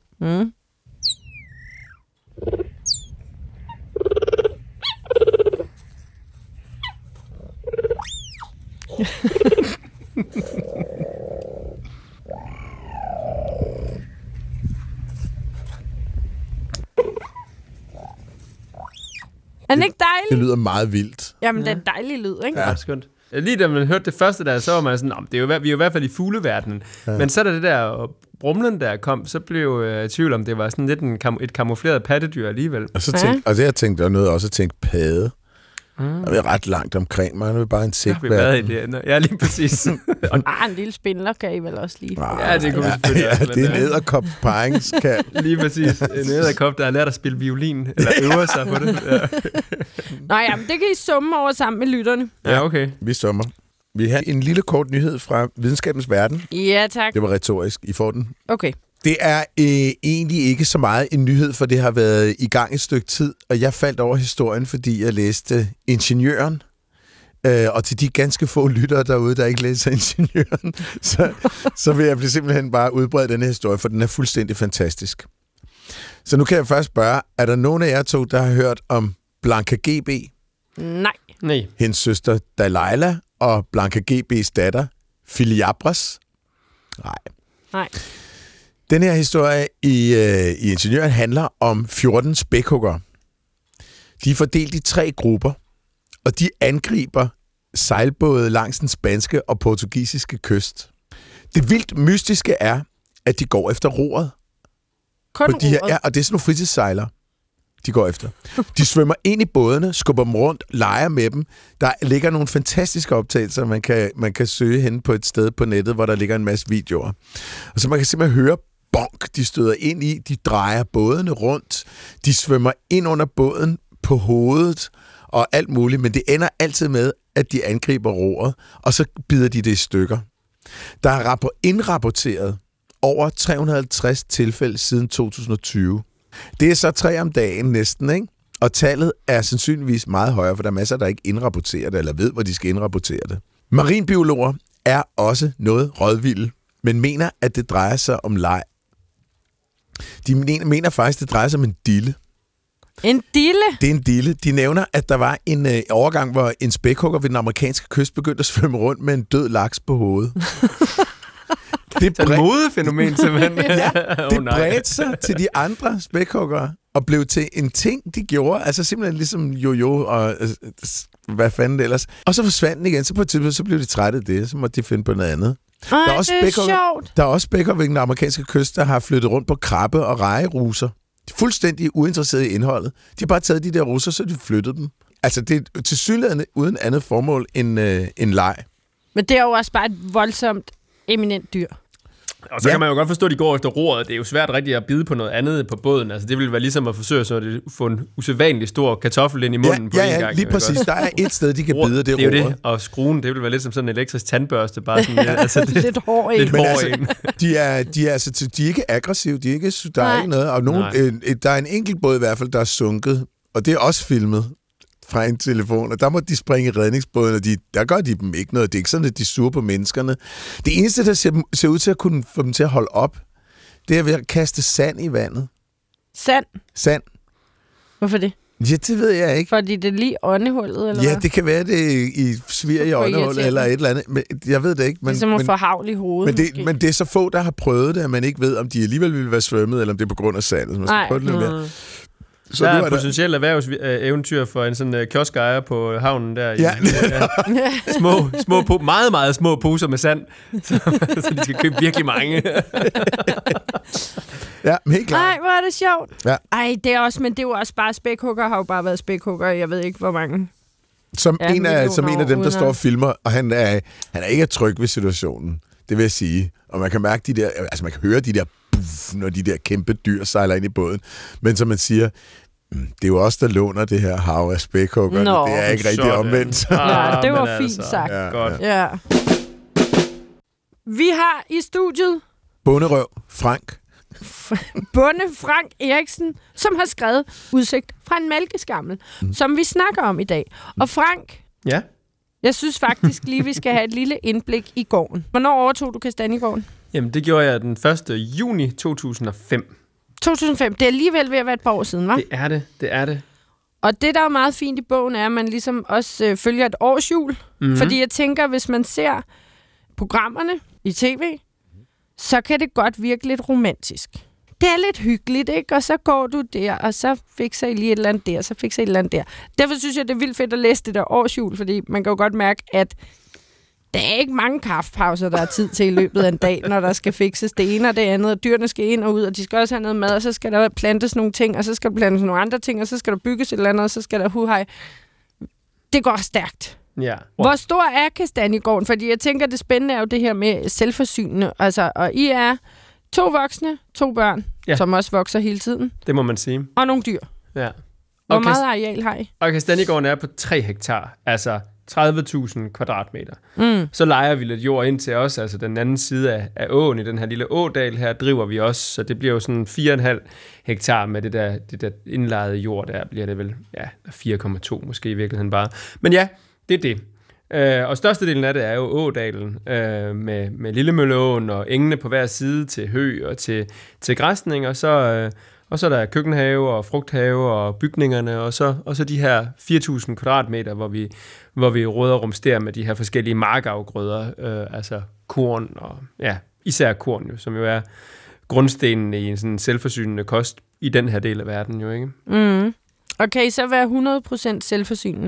Er den ikke dejlig? Det lyder meget vildt. Jamen, det er en dejlig lyd, ikke? Ja, skønt. Lige da man hørte det første der, så var man sådan, vi er jo i hvert fald i fugleverdenen. Ja. Men så da det der brumlen der kom, så blev jeg i tvivl om, det var sådan lidt et kamufleret pattedyr alligevel. Og så tænkte, og det jeg tænkte, der noget også at tænke padde. Og er ret langt omkring mig. Nu er bare en sigtverden. Ja, lige præcis. En lille spindler kan I vel også lige. Ja, det kunne vi selvfølgelig også. Det er en edderkop parringskald. Lige præcis. En edderkop, der har lært at spille violin, eller øver sig på det. Ja. Nå ja, men det kan I summe over sammen med lytterne. Ja, okay. Vi summer. Vi har en lille kort nyhed fra videnskabens verden. Ja, tak. Det var retorisk. I får den. Okay. Det er egentlig ikke så meget en nyhed, for det har været i gang et stykke tid, og jeg faldt over historien, fordi jeg læste Ingeniøren. Og til de ganske få lyttere derude, der ikke læser Ingeniøren, så vil jeg simpelthen bare udbrede denne historie, for den er fuldstændig fantastisk. Så nu kan jeg først spørge, er der nogen af jer to, der har hørt om Blanca GB? Nej. Hendes søster Delilah og Blanca GB's datter Filiabras? Nej. Den her historie i Ingeniøren handler om 14 spækhuggere. De er fordelt i 3 grupper, og de angriber sejlbåde langs den spanske og portugisiske kyst. Det vildt mystiske er, at de går efter roret. Kun På de her, roret. ja, og det er sådan nogle fritidssejlere, de går efter. De svømmer ind i bådene, skubber dem rundt, leger med dem. Der ligger nogle fantastiske optagelser, man kan søge hen på et sted på nettet, hvor der ligger en masse videoer. Og så man kan simpelthen høre bonk, de støder ind i, de drejer bådene rundt, de svømmer ind under båden på hovedet og alt muligt, men det ender altid med, at de angriber roret, og så bider de det i stykker. Der er indrapporteret over 350 tilfælde siden 2020. Det er så 3 om dagen næsten, ikke? Og tallet er sandsynligvis meget højere, for der er masser, der ikke indrapporterer det, eller ved, hvor de skal indrapportere det. Marinbiologer er også noget rådvilde, men mener, at det drejer sig om leg. De mener faktisk, det drejer sig om en dille. En dille? Det er en dille. De nævner, at der var en overgang, hvor en spækhugger ved den amerikanske kyst begyndte at svømme rundt med en død laks på hovedet. Det er et modefænomen, simpelthen. Ja, det bredte sig til de andre spækhuggere og blev til en ting, de gjorde. Altså simpelthen ligesom jojo og hvad fanden det ellers. Og så forsvandt den igen. Så på et tidspunkt, så blev de trætte af det. Så måtte de finde på noget andet. Ej, det er sjovt. Der er også spækhugger ved den amerikanske kyst, der har flyttet rundt på krabbe- og rejeruser. De er fuldstændig uinteresserede i indholdet. De har bare taget de der russer, så de flyttede dem. Altså, det er tilsyneladende uden andet formål end leg. Men det er jo også bare et voldsomt eminent dyr. Og så kan man jo godt forstå, at de går efter roret. Det er jo svært rigtig at bide på noget andet på båden. Altså, det ville være ligesom at forsøge at få en usædvanlig stor kartoffel ind i munden på en gang. Ja, lige præcis. Der er et sted, de kan bide, det er roret. Det er jo det. Og skruen, det ville være lidt som sådan en elektrisk tandbørste. Bare sådan, altså, lidt hård en. De er ikke aggressive. Der er ikke noget. Og der er en enkelt båd i hvert fald, der er sunket. Og det er også filmet fra en telefon, og der må de springe i redningsbåden, og der gør de dem ikke noget. Det er ikke sådan, at de suger på menneskerne. Det eneste, der ser ud til at kunne få dem til at holde op, det er ved at kaste sand i vandet. Sand? Hvorfor det? Ja, det ved jeg ikke. Fordi det er lige åndehullet, eller Ja, hvad? det kan være, det svir i åndehullet, eller et eller andet. Men jeg ved det ikke. Men, ligesom at få havl i hovedet, men det er så få, der har prøvet det, at man ikke ved, om de alligevel ville være svømmet, eller om det er på grund af sandet. Man skal prøve det lidt mere. Så der er potentielt erhvervseventyr for en sådan kioskejer på havnen der. Ja. Meget, meget små poser med sand, så de skal købe virkelig mange. Ja, helt klart. Nej, hvor er det sjovt. Ja. Ej, det er også, men det er jo også bare spækhugger, har jo bare været spækhugger, jeg ved ikke, hvor mange. Som en af dem, der står og filmer, og han er ikke tryg ved situationen, det vil jeg sige. Og man kan mærke de der, altså man kan høre de der når de der kæmpe dyr sejler ind i båden. Men som man siger, det er jo også der låner det her hav af spækhuggerne. Det er ikke rigtig omvendt. Ja, det var fint sagt. Ja, godt. Ja. Vi har i studiet Bonderøv Frank. Bonde Frank Eriksen, som har skrevet Udsigt fra en mælkeskammel, som vi snakker om i dag. Og Frank, ja? Jeg synes faktisk lige, vi skal have et lille indblik i gården. Hvornår overtog du Kastaniegården? Jamen, det gjorde jeg den 1. juni 2005. 2005, det er alligevel ved at være et par år siden, hva'? Det er det. Og det, der er meget fint i bogen, er, at man ligesom også følger et årshjul. Mm-hmm. Fordi jeg tænker, hvis man ser programmerne i tv, så kan det godt virke lidt romantisk. Det er lidt hyggeligt, ikke? Og så går du der, og så fikser I lige et eller andet der, så fikser I et eller andet der. Derfor synes jeg, det er vildt fedt at læse det der årshjul, fordi man kan jo godt mærke, at der er ikke mange kaffepauser, der er tid til i løbet af en dag, når der skal fikses det ene og det andet, og dyrene skal ind og ud, og de skal også have noget mad, og så skal der plantes nogle ting, og så skal der plantes nogle andre ting, og så skal der bygges et eller andet, og så skal der huhej. Det går stærkt. Ja. Hvor stor er Kastaniegården? Fordi jeg tænker, det spændende er jo det her med selvforsynende. Altså, og I er 2 voksne, 2 børn, som også vokser hele tiden. Det må man sige. Og nogle dyr. Ja. Hvor meget areal har I? Og Kastaniegården er på 3 hektar, altså 30.000 kvadratmeter. Mm. Så lejer vi lidt jord ind til os, altså den anden side af åen, i den her lille ådal her, driver vi også, så det bliver jo sådan 4,5 hektar med det der indlejede jord, der bliver det vel 4,2 måske i virkeligheden bare. Men ja, det er det. Og størstedelen af det er jo ådalen med Lillemølleåen og engene på hver side til hø og til græsning, og så er der køkkenhave og frugthave og bygningerne, og så de her 4.000 kvadratmeter, hvor vi råder og rumsterer med de her forskellige markafgrøder, altså korn og især korn, jo, som jo er grundstenen i en sådan selvforsynende kost i den her del af verden, jo, ikke? Mm. Og kan I så være 100% selvforsynende?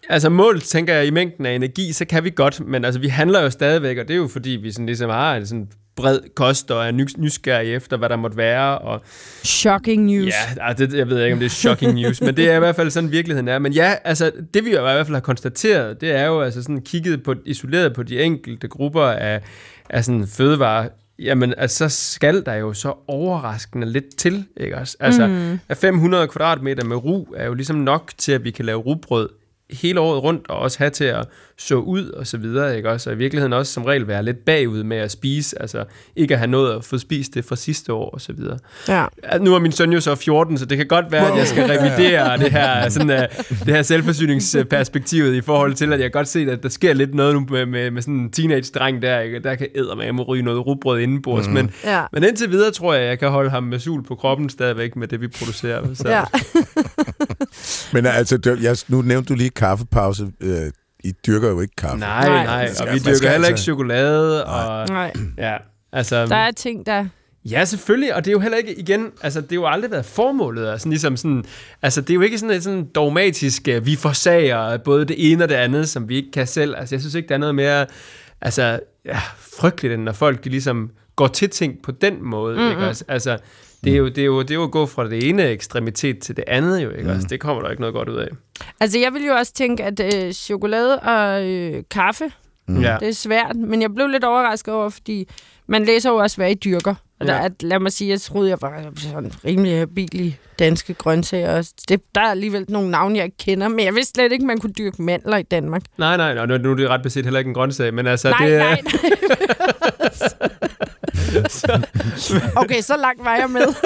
Altså målt, tænker jeg, i mængden af energi, så kan vi godt, men altså vi handler jo stadigvæk, og det er jo fordi, vi sådan ligesom har en sådan bred kost og er nysgerrige efter, hvad der måtte være. Og shocking news. Ja, jeg ved ikke, om det er shocking news, men det er i hvert fald sådan, virkeligheden er. Men ja, altså det vi jo i hvert fald har konstateret, det er jo altså sådan kigget på, isoleret på de enkelte grupper af sådan fødevarer. Jamen, altså, så skal der jo så overraskende lidt til, ikke også? Altså, 500 kvadratmeter med rug er jo ligesom nok til, at vi kan lave rugbrød hele året rundt, og også have til at så ud og så videre, ikke også? Og i virkeligheden også som regel være lidt bagud med at spise, altså ikke at have noget at få spist det fra sidste år og så videre. Ja. Nu er min søn jo så 14, så det kan godt være, at jeg skal revidere det her, sådan, det her selvforsyningsperspektivet i forhold til, at jeg godt se, at der sker lidt noget nu med sådan en teenage-dreng der, ikke? Der kan eddermame ryge noget rugbrød indenbords, men indtil videre tror jeg kan holde ham med sul på kroppen stadigvæk med det, vi producerer. Så. Ja. Men altså, nu nævnte du lige kaffepause. I dyrker jo ikke kaffe. Nej, og vi dyrker heller ikke chokolade. Nej. Ja, altså, der er ting, der... Ja, selvfølgelig, og det er jo heller ikke, igen, altså det har jo aldrig været formålet, altså ligesom sådan, altså det er jo ikke sådan et sådan dogmatisk, vi forsager både det ene og det andet, som vi ikke kan selv, altså jeg synes ikke, der er noget mere, altså, frygteligt, end når folk ligesom går til ting på den måde, ikke også, altså, det er jo at gå fra det ene ekstremitet til det andet, jo, ikke også, det kommer der ikke noget godt ud af. Altså jeg vil jo også tænke, at chokolade og kaffe, det er svært, men jeg blev lidt overrasket over, fordi man læser jo også, hvad I dyrker. Og lad mig sige, jeg troede, jeg var sådan rimelig habil i danske grøntsager. Der er alligevel nogle navne, jeg ikke kender, men jeg vidste slet ikke, man kunne dyrke mandler i Danmark. Nej, nu er det ret beset heller ikke en grøntsag, men altså... Nej. Okay, så langt var jeg med.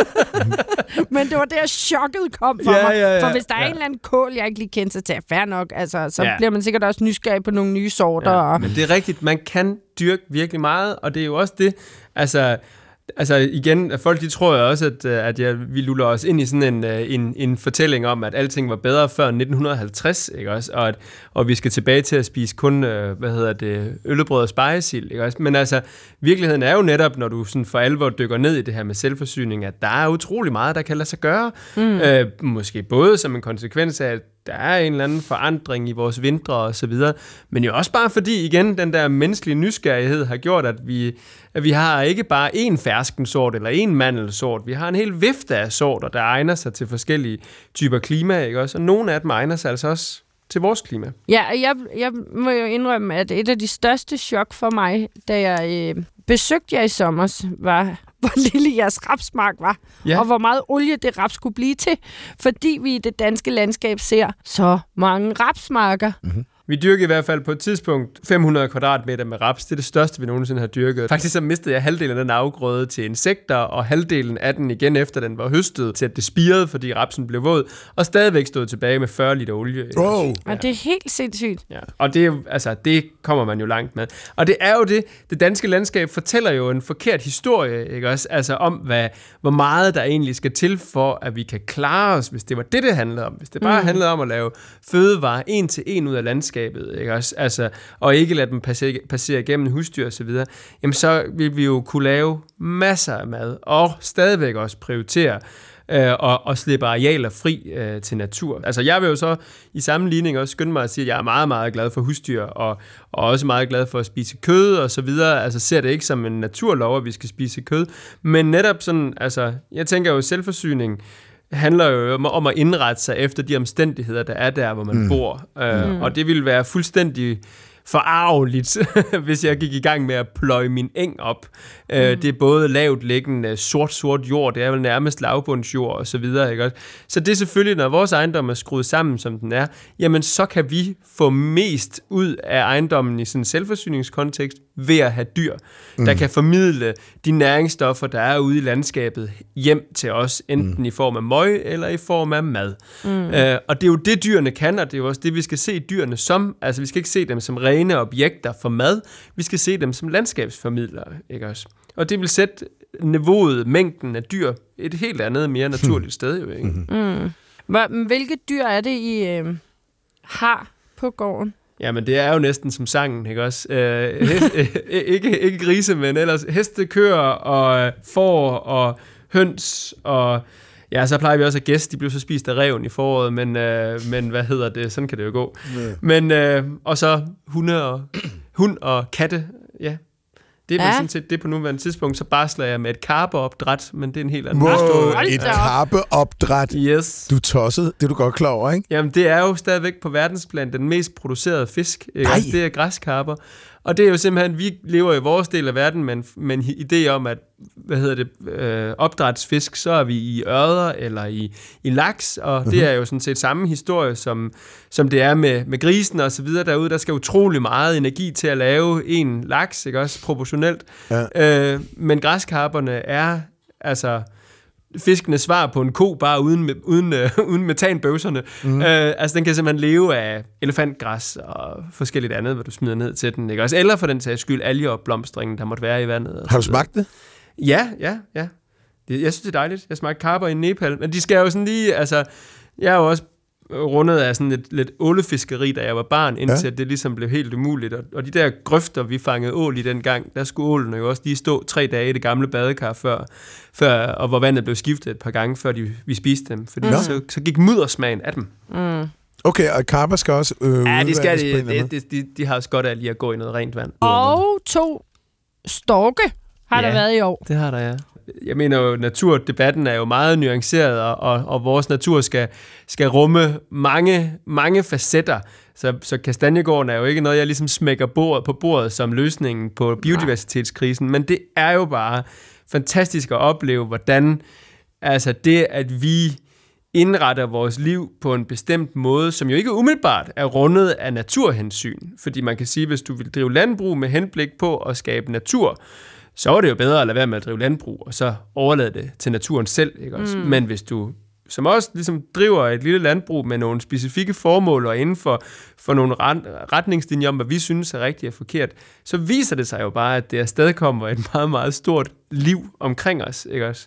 Men det var der, chokket kom for mig. For hvis der er en eller anden kål, jeg ikke lige kender sig til, fair nok, altså, så bliver man sikkert også nysgerrig på nogle nye sorter. Ja, men det er rigtigt, man kan dyrke virkelig meget, og det er jo også det, altså igen, folk de tror jo også, at vi luller os ind i sådan en fortælling om, at alting var bedre før 1950, ikke også? Og vi skal tilbage til at spise kun, øllebrød og spegesild, ikke også? Men altså, virkeligheden er jo netop, når du sådan for alvor dykker ned i det her med selvforsyning, at der er utrolig meget, der kan lade sig gøre. Måske både som en konsekvens af, at der er en eller anden forandring i vores vintre og så videre, men jo også bare fordi, igen, den der menneskelige nysgerrighed har gjort, at vi har ikke bare én ferskensort eller én mandelsort, vi har en hel vifte af sorter, der egner sig til forskellige typer klima, ikke også? Og nogle af dem egner sig altså også til vores klima. Ja, jeg må jo indrømme, at et af de største chok for mig, da jeg besøgte jer i sommer, var, hvor lille jeres rapsmark var, og hvor meget olie det raps kunne blive til, fordi vi i det danske landskab ser så mange rapsmarker. Mm-hmm. Vi dyrkede i hvert fald på et tidspunkt 500 kvadratmeter med raps. Det er det største, vi nogensinde har dyrket. Faktisk så mistede jeg halvdelen af den afgrøde til insekter, og halvdelen af den igen efter den var høstet, til at det spirede, fordi rapsen blev våd, og stadigvæk stod tilbage med 40 liter olie. Wow. Og det er helt sindssygt. Ja. Og det, det kommer man jo langt med. Og det er jo det danske landskab fortæller jo en forkert historie, ikke også? Altså om, hvor meget der egentlig skal til for, at vi kan klare os, hvis det var det handlede om. Hvis det bare handlede om at lave fødevarer en til en ud af landskabet, ikke også? Altså, og ikke lade dem passere igennem husdyr og så videre, jamen så vil vi jo kunne lave masser af mad, og stadigvæk også prioritere og slippe arealer fri til natur. Altså jeg vil jo så i sammenligning også skynde mig at sige, at jeg er meget, meget glad for husdyr, og også meget glad for at spise kød og så videre. Altså ser det ikke som en naturlov, at vi skal spise kød, men netop sådan, altså jeg tænker jo, selvforsyning handler jo om at indrette sig efter de omstændigheder, der er der, hvor man bor. Og det ville være fuldstændig forarveligt, hvis jeg gik i gang med at pløje min eng op. Det er både lavt liggende, sort jord, det er vel nærmest lavbundsjord og så videre, ikke? Så det er selvfølgelig, når vores ejendom er skruet sammen, som den er, jamen så kan vi få mest ud af ejendommen i sådan en selvforsyningskontekst ved at have dyr, der kan formidle de næringsstoffer, der er ude i landskabet, hjem til os, enten i form af møg eller i form af mad. Og det er jo det, dyrene kan, og det er jo også det, vi skal se dyrene som. Altså vi skal ikke se dem som rene objekter for mad, vi skal se dem som landskabsformidlere, ikke også? Og det vil sætte niveauet, mængden af dyr, et helt andet, mere naturligt sted, jo, ikke? Hvilke dyr er det, I har på gården? Jamen, det er jo næsten som sangen, ikke også? Ikke grise, men ellers heste, køer og får og høns og Ja, så plejer vi også at gæste. De blev så spist af ræven i foråret, men hvad hedder det? Sådan kan det jo gå. Yeah. Men, og så hund og katte, ja. Det er vel sådan set det på nuværende tidspunkt. Så barsler jeg med et karpeopdræt, men det er en helt anden historie. Et karpeopdræt? Yes. Du tosset. Det er du godt klar over, ikke? Jamen, det er jo stadigvæk på verdensplan den mest producerede fisk. Det er græskarper. Og det er jo simpelthen, vi lever i vores del af verden med en idé om, at opdrætsfisk, så er vi i ørder eller i laks, og det er jo sådan set samme historie, som det er med grisen og så videre derude. Der skal utrolig meget energi til at lave en laks, ikke også proportionelt. Ja. Men græskarperne er altså fiskenes svar på en ko, bare uden metanbøvserne. Altså, den kan simpelthen leve af elefantgræs og forskelligt andet, hvad du smider ned til den, ikke også? Eller for den sags skyld, algeopblomstringen, der måtte være i vandet. Har du smagt det? Ja. Jeg synes, det er dejligt. Jeg smagte karper i Nepal, men de skal jo sådan lige, altså, jeg er jo også rundet af sådan et lidt ålefiskeri, da jeg var barn, indtil det ligesom blev helt umuligt. Og de der grøfter, vi fangede ål i dengang, der skulle ålene jo også lige stå 3 dage i det gamle badekar før, og hvor vandet blev skiftet et par gange, før vi spiste dem. Fordi så gik muddersmagen af dem. Okay, og karper skal også de skal de har også godt af lige at gå i noget rent vand. Og 2 storke har der været i år. Det har der, ja. Jeg mener jo, naturdebatten er jo meget nuanceret, og vores natur skal rumme mange facetter. Så Kastanjegården er jo ikke noget, jeg ligesom smækker på bordet som løsningen på biodiversitetskrisen, men det er jo bare fantastisk at opleve, hvordan altså det, at vi indretter vores liv på en bestemt måde, som jo ikke umiddelbart er rundet af naturhensyn. Fordi man kan sige, hvis du vil drive landbrug med henblik på at skabe natur, så er det jo bedre at lade være med at drive landbrug, og så overlade det til naturen selv. Ikke også? Men hvis du som også ligesom driver et lille landbrug med nogle specifikke formål og inden for nogle retningslinjer om, hvad vi synes er rigtigt og forkert, så viser det sig jo bare, at det afstedkommer et meget, meget stort liv omkring os. Ikke også?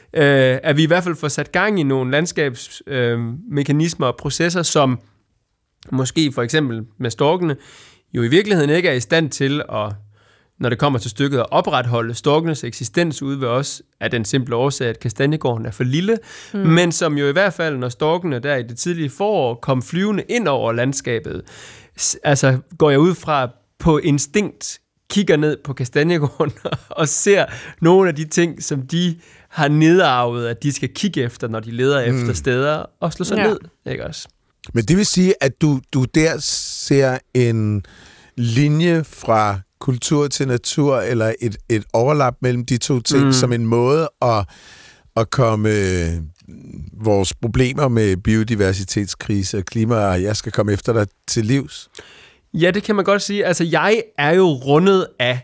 At vi i hvert fald får sat gang i nogle landskabsmekanismer og processer, som måske for eksempel med storkene, jo i virkeligheden ikke er i stand til at, når det kommer til stykket, at opretholde storkenes eksistens ude ved os, af den simple årsag, at Kastanjegården er for lille, men som jo i hvert fald, når storkene der i det tidlige forår kom flyvende ind over landskabet, altså går jeg ud fra på instinkt, kigger ned på Kastanjegården og ser nogle af de ting, som de har nedarvet, at de skal kigge efter, når de leder efter steder, og slå sig ned, ikke også? Men det vil sige, at du der ser en linje fra kultur til natur, eller et overlap mellem de to ting, som en måde at komme vores problemer med biodiversitetskrise og klima, og jeg skal komme efter dig til livs? Ja, det kan man godt sige. Altså, jeg er jo rundet af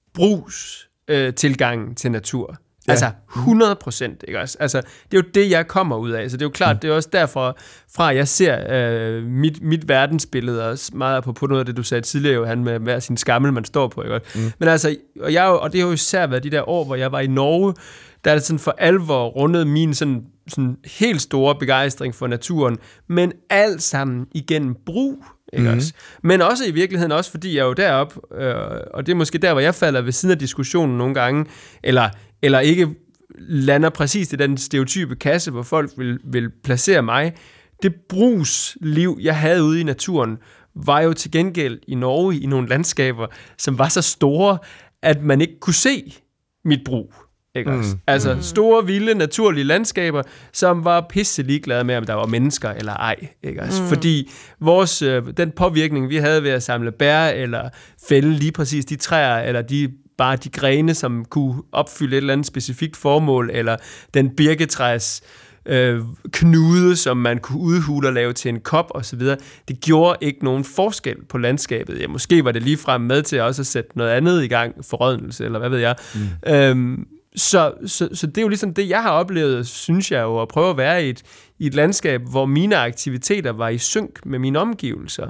brugstilgangen til natur. Ja. Altså 100%, ikke også? Altså, det er jo det, jeg kommer ud af. Så det er jo klart, det er også derfor, fra jeg ser mit verdensbillede, også meget på noget af det, du sagde tidligere, Johan, med hver sin skammel, man står på, ikke også? Men altså, og det har jo især været de der år, hvor jeg var i Norge, der er det sådan for alvor rundet min sådan helt store begejstring for naturen, men alt sammen igennem brug. Ikke også? Men også i virkeligheden også, fordi jeg er jo deroppe, og det er måske der, hvor jeg falder ved siden af diskussionen nogle gange, eller ikke lander præcis i den stereotype kasse, hvor folk vil placere mig. Det brugsliv, jeg havde ude i naturen, var jo til gengæld i Norge i nogle landskaber, som var så store, at man ikke kunne se mit brug. Ikke også? Altså store, vilde, naturlige landskaber, som var pisse ligeglade med, om der var mennesker eller ej. Ikke også? Fordi den påvirkning, vi havde ved at samle bær, eller fælde lige præcis de træer, eller bare de grene, som kunne opfylde et eller andet specifikt formål, eller den birketræs knude, som man kunne udhule og lave til en kop osv. Det gjorde ikke nogen forskel på landskabet. Ja, måske var det ligefrem med til også at sætte noget andet i gang, forrådnelse, eller hvad ved jeg. Så det er jo ligesom det, jeg har oplevet, synes jeg jo, at prøve at være i et landskab, hvor mine aktiviteter var i synk med mine omgivelser.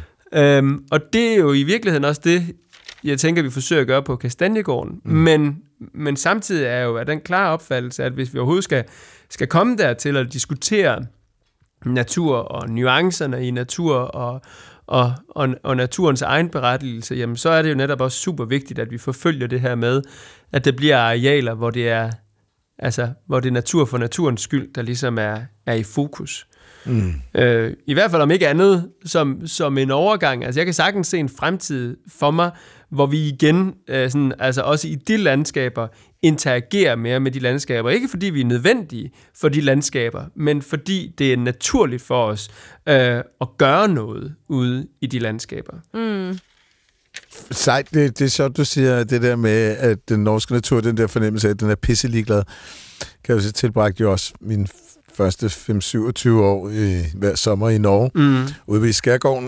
Og det er jo i virkeligheden også det, jeg tænker, vi forsøger at gøre på Kastanjegården. Men samtidig er jo den klare opfattelse, at hvis vi overhovedet skal komme dertil at diskutere natur og nuancerne i natur og naturens egen berettigelse, jamen så er det jo netop også super vigtigt, at vi forfølger det her med, at det bliver arealer, hvor det er Altså, hvor det er natur for naturens skyld, der ligesom er i fokus. I hvert fald om ikke andet som en overgang. Altså jeg kan sagtens se en fremtid for mig, hvor vi igen sådan, altså også i de landskaber interagerer mere med de landskaber. Ikke fordi vi er nødvendige for de landskaber, men fordi det er naturligt for os at gøre noget ude i de landskaber. Sejt, det er sjovt, du siger det der med, at den norske natur, den der fornemmelse af, at den er pisseligeglad. Kan jeg jo så tilbragte jo også min første 5-27 år hver sommer i Norge, ude ved Skærgården.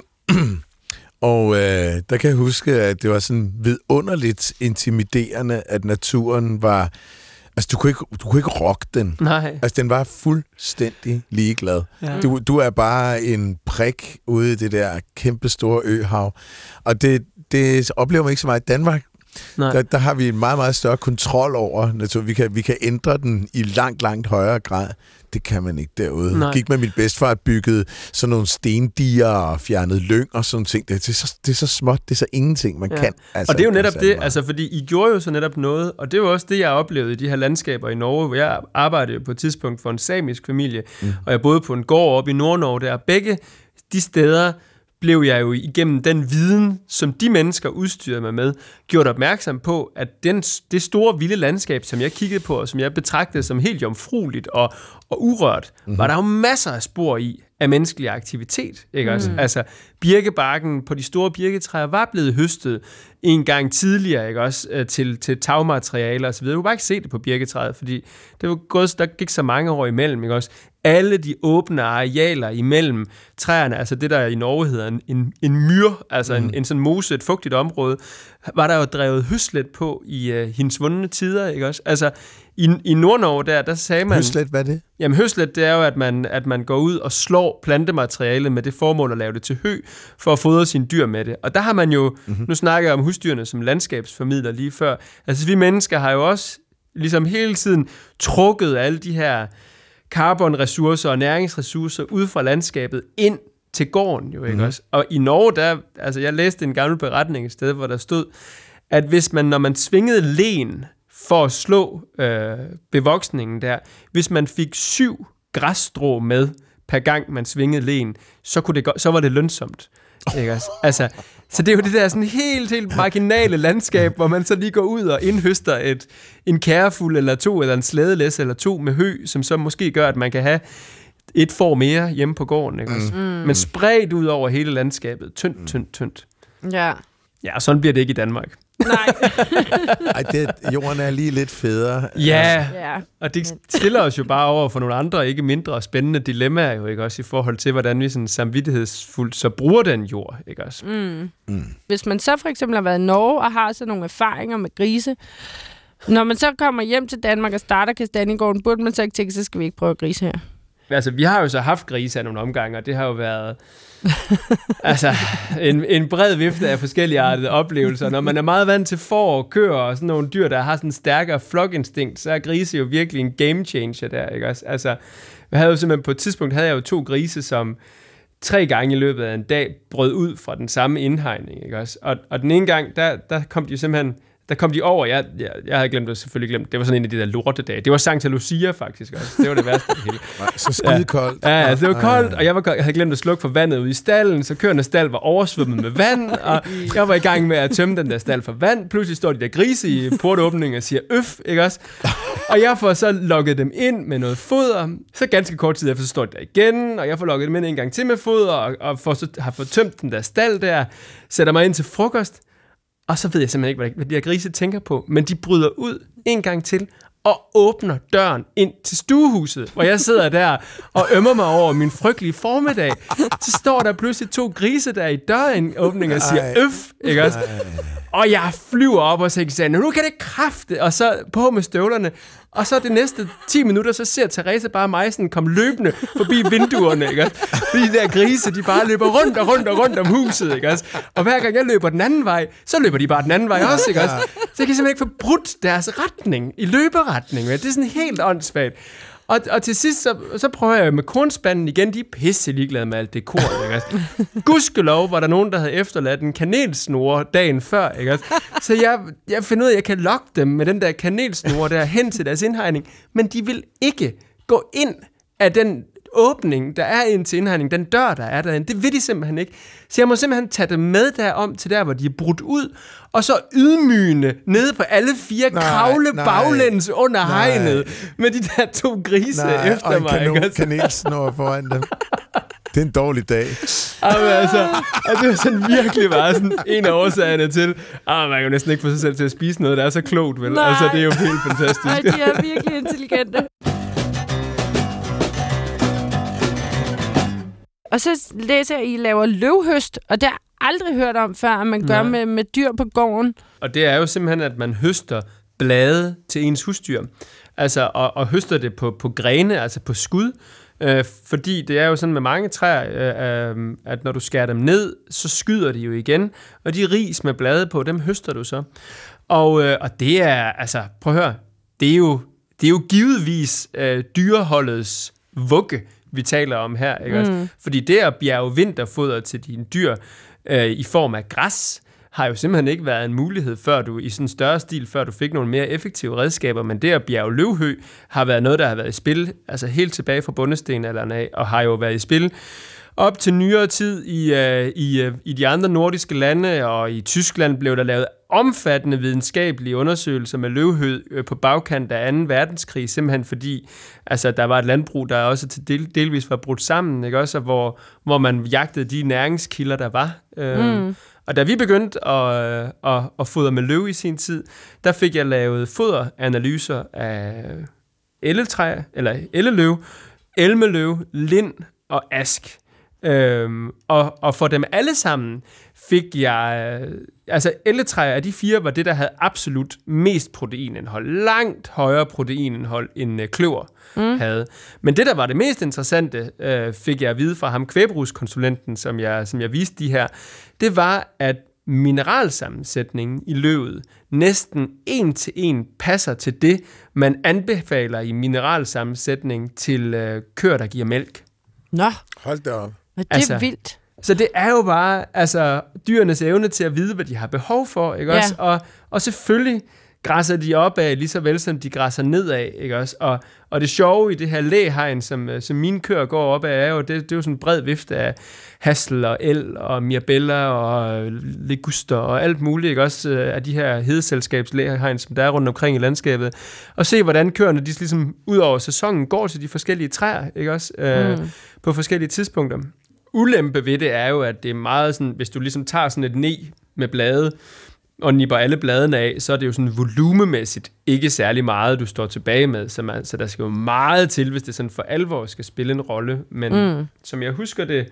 Og der kan jeg huske, at det var sådan vidunderligt intimiderende, at naturen var... Altså, du kunne ikke rocke den. Nej. Altså, den var fuldstændig ligeglad. Ja. Du er bare en prik ude i det der kæmpe store øhav. Og det oplever man ikke så meget i Danmark. Der har vi en meget, meget større kontrol over naturen. Vi kan ændre den i langt, langt højere grad. Det kan man ikke derude. Nej. Gik med mit bedstefar byggede sådan nogle stendiger og fjernede lyng og sådan ting. Det er så småt, det er så ingenting, man kan. Altså, og det er jo netop det, altså fordi I gjorde jo så netop noget, og det er jo også det, jeg oplevede i de her landskaber i Norge, hvor jeg arbejdede på et tidspunkt for en samisk familie, og jeg boede på en gård oppe i Nordnorge der. Begge de steder blev jeg jo igennem den viden, som de mennesker udstyrede mig med, gjort opmærksom på, at det store vilde landskab, som jeg kiggede på, og som jeg betragtede som helt jomfrueligt og urørt, var der jo masser af spor i af menneskelig aktivitet. Ikke også? Altså, birkebarken på de store birketræer var blevet høstet en gang tidligere, ikke også, til tagmaterialer og så videre. Du kunne bare ikke se det på birketræet, fordi det var gået, der gik så mange år imellem, ikke også? Alle de åbne arealer imellem træerne, altså det der i Norge hedder en myr, altså en sådan mose, et fugtigt område, var der jo drevet høslet på i hendes vundne tider, ikke også? Altså i Nordnorge der sagde man... Høslet, hvad er det? Jamen høslet, det er jo, at man går ud og slår plantematerialet med det formål at lave det til hø, for at fodre sine dyr med det. Og der har man jo, nu snakker jeg om husdyrene som landskabsformidler lige før, altså vi mennesker har jo også ligesom hele tiden trukket alle de her karbonressourcer og næringsressourcer ud fra landskabet ind til gården, jo ikke også? Og i Norge, altså jeg læste en gammel beretning et sted, hvor der stod, at når man svingede len for at slå bevoksningen der, hvis man fik 7 græsstrå med per gang man svingede len, så var det lønsomt. Ikke også? Altså, så det er jo det der sådan helt marginale landskab, hvor man så lige går ud og indhøster en kærefuld eller 2, eller en slædelæs eller 2 med hø, som så måske gør, at man kan have et får mere hjemme på gården. Ikke også? Men spredt ud over hele landskabet. Tyndt. Ja. Ja, sådan bliver det ikke i Danmark. Nej. Jorden er lige lidt federe. Ja, og det stiller os jo bare over for nogle andre, ikke mindre spændende dilemmaer jo, ikke også, i forhold til, hvordan vi sådan samvittighedsfuldt så bruger den jord, ikke også? Hvis man så for eksempel har været i Norge og har sådan nogle erfaringer med grise, når man så kommer hjem til Danmark og starter Kastanjegården, burde man så ikke tænke, så skal vi ikke prøve grise her? Altså, vi har jo så haft grise af nogle omgange, og det har jo været altså en bred vifte af forskelligartede oplevelser. Når man er meget vant til får og køer og sådan nogle dyr, der har sådan en stærkere flokinstinkt, så er grise jo virkelig en game changer der, ikke også? Altså, jeg havde jo simpelthen på et tidspunkt, havde jeg jo 2 grise, som 3 gange i løbet af en dag brød ud fra den samme indhegning, ikke også? Og den ene gang, der kom de simpelthen... Der kom de over, jeg havde selvfølgelig glemt, det var sådan en af de der lortedage. Det var Santa Lucia faktisk også. Det var det værste af det hele. Så skide koldt. Ja, altså det var koldt, og jeg havde glemt at slukke for vandet ude i stallen, så køernes stald var oversvømmet med vand, og jeg var i gang med at tømme den der stald for vand. Pludselig står de der grise i portåbningen og siger øf, ikke også? Og jeg får så lukket dem ind med noget foder. Så ganske kort tid efter, så står de der igen, og jeg får lukket dem ind en gang til med foder, og har fået tømt den der stald der, sætter mig ind til frokost. Og så ved jeg simpelthen ikke, hvad de her grise tænker på. Men de bryder ud en gang til og åbner døren ind til stuehuset, hvor jeg sidder der og ømmer mig over min frygtelige formiddag. Så står der pludselig 2 grise der i døråbningen og siger øf, ikke også? Og jeg flyver op og siger, nu kan det kræfte, og så på med støvlerne. Og så de næste 10 minutter, så ser Therese bare mig sådan komme løbende forbi vinduerne, ikke også? Fordi de der grise, de bare løber rundt om huset, ikke også? Og hver gang jeg løber den anden vej, så løber de bare den anden vej også, ikke også? Så jeg kan simpelthen ikke få brudt deres retning i løberetning. Det er sådan helt åndssvagt. Og til sidst, så prøver jeg med kornspanden igen. De er pisse ligeglade med alt det korn, ikke også? Gudskelov var der nogen, der havde efterladt en kanelsnore dagen før, ikke også? Så jeg finder ud af, at jeg kan lokke dem med den der kanelsnore der hen til deres indhegning, men de vil ikke gå ind af den åbning, der er ind til indhegning, den dør, der er derinde, det vil de simpelthen ikke. Så jeg må simpelthen tage dem med derom til der, hvor de er brudt ud, og så ydmygende nede på alle 4 kravle baglæns under hegnet, med de der 2 grise efter mig. Og en kanelsnore foran dem. Det er en dårlig dag. Jamen, altså, og det var sådan virkelig bare sådan en af årsagerne til, man kan jo næsten ikke få sig selv til at spise noget, der er så klogt, vel? Nej. Altså, det er jo helt fantastisk. Nej, de er virkelig intelligente. Og så læser jeg, at I laver løvhøst, og det har jeg aldrig hørt om før, at man gør med dyr på gården. Og det er jo simpelthen, at man høster blade til ens husdyr. Altså, og høster det på grene, altså på skud. Fordi det er jo sådan med mange træer, at når du skærer dem ned, så skyder de jo igen. Og de ris med blade på, dem høster du så. Og det er, altså, prøv at høre, det er jo givetvis dyreholdets vugge, vi taler om her, ikke også? Fordi det at bjerge vinterfoder til dine dyr i form af græs, har jo simpelthen ikke været en mulighed, før du i sådan en større stil, før du fik nogle mere effektive redskaber, men det at bjerge løvhø har været noget, der har været i spil, altså helt tilbage fra bondestenalderen af, og har jo været i spil op til nyere tid i de andre nordiske lande, og i Tyskland blev der lavet omfattende videnskabelige undersøgelser med løvhø på bagkant af 2. verdenskrig, simpelthen fordi altså, der var et landbrug, der også til delvis var brudt sammen, ikke? Også, hvor man jagtede de næringskilder, der var. Og da vi begyndte at fodre med løv i sin tid, der fik jeg lavet foderanalyser af elletræ, eller elleløv, elmeløv, lind og ask. Og for dem alle sammen fik jeg... Altså elletræer af de 4 var det, der havde absolut mest proteinindhold. Langt højere proteinindhold, end kløver havde. Men det, der var det mest interessante, fik jeg at vide fra ham, kvæbrugskonsulenten, som jeg viste de her, det var, at mineralsammensætningen i løvet næsten 1-til-1 passer til det, man anbefaler i mineralsammensætning til køer, der giver mælk. Nå. Hold da op. Det er altså vildt. Så det er jo bare dyrenes evne til at vide, hvad de har behov for, ikke også? Og selvfølgelig græsser de opad, lige så vel som de græsser nedad, ikke også? Og det sjove i det her læhegn, som mine køer går opad, er jo, det er jo sådan en bred vifte af hassel og el og mirabella og liguster og alt muligt, ikke også? Af de her hedeselskabslæhegn, som der er rundt omkring i landskabet. Og se, hvordan køerne, de ligesom ud over sæsonen går til de forskellige træer, ikke også? På forskellige tidspunkter. Ulempe ved det er jo, at det er meget sådan, hvis du ligesom tager sådan et ne med blade, og nipper alle bladene af, så er det jo sådan volumemæssigt ikke særlig meget, du står tilbage med. Så der skal jo meget til, hvis det sådan for alvor skal spille en rolle. Men som jeg husker det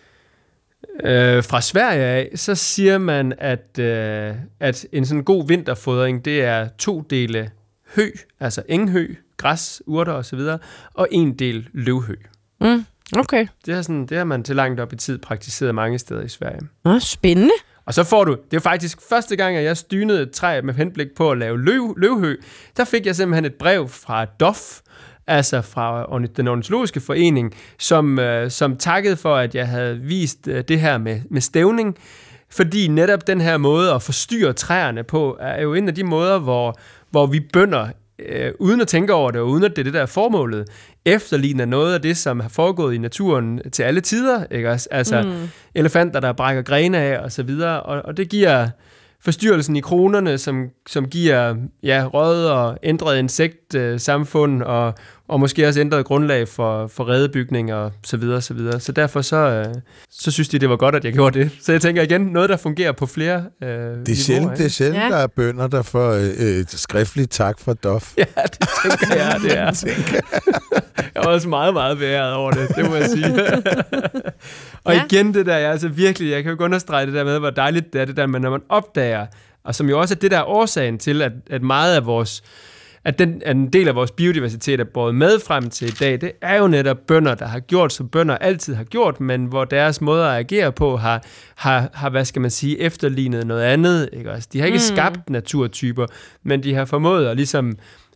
fra Sverige af, så siger man, at en sådan god vinterfodring, det er 2 dele hø, altså enghø, græs, urter osv., og 1 del løvhø. Okay. Det har man til langt op i tid praktiseret mange steder i Sverige. Spændende. Og så får du, det er faktisk første gang, at jeg stynede et træ med henblik på at lave løvhø, der fik jeg simpelthen et brev fra DOF, altså fra den ornitologiske forening, som takkede for, at jeg havde vist det her med stævning, fordi netop den her måde at forstyrre træerne på, er jo en af de måder, hvor vi bønder, uden at tænke over det, og uden at det er det, der er formålet, efterligner noget af det, som har foregået i naturen til alle tider, ikke også? Altså elefanter, der brækker grene af, og så videre, og det giver forstyrrelsen i kronerne, som giver rød og ændret insektsamfund, og måske også ændret grundlag for redebygning og så videre, så videre. Så derfor så synes de, det var godt, at jeg gjorde det. Så jeg tænker igen, noget, der fungerer på flere det er sjældent, der er bønder, der får et skriftligt tak fra DOF. Ja, det tænker jeg, det er. Jeg var også meget, meget beæret over det må jeg sige. Og igen det der, jeg kan jo ikke understrege det der med, hvor dejligt det er, det der, men når man opdager, og som jo også er det der årsagen til, at meget af vores, at en del af vores biodiversitet er båret med frem til i dag, det er jo netop bønder, der har gjort, som bønder altid har gjort, men hvor deres måder at agere på har hvad skal man sige, efterlignet noget andet, ikke også? De har ikke skabt naturtyper, men de har formået at ligesom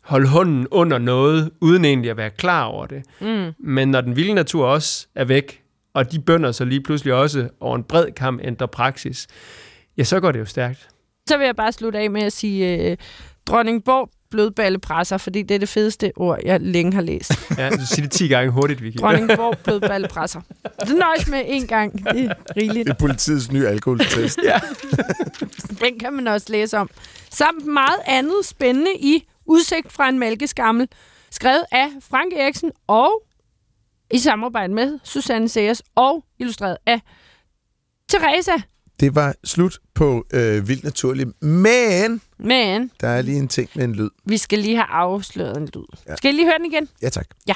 holde hånden under noget, uden egentlig at være klar over det. Men når den vilde natur også er væk, og de bønder så lige pludselig også over en bred kam ændrer praksis, ja, så går det jo stærkt. Så vil jeg bare slutte af med at sige Dronningborg blødballepresser, fordi det er det fedeste ord, jeg længe har læst. Ja, du siger det 10 gange hurtigt, Vicky. Dronningborg blødballepresser. Det nøjes med en gang. Det er rigeligt. Det er politiets nye alkoholtest. Ja. Den kan man også læse om. Samt meget andet spændende i Udsigt fra en mælkeskammel, skrevet af Frank Eriksen og i samarbejde med Susanne Seers og illustreret af Teresa. Det var slut på Vildt Naturligt, men der er lige en ting med en lyd. Vi skal lige have afsløret en lyd. Ja. Skal jeg lige høre den igen? Ja, tak. Ja.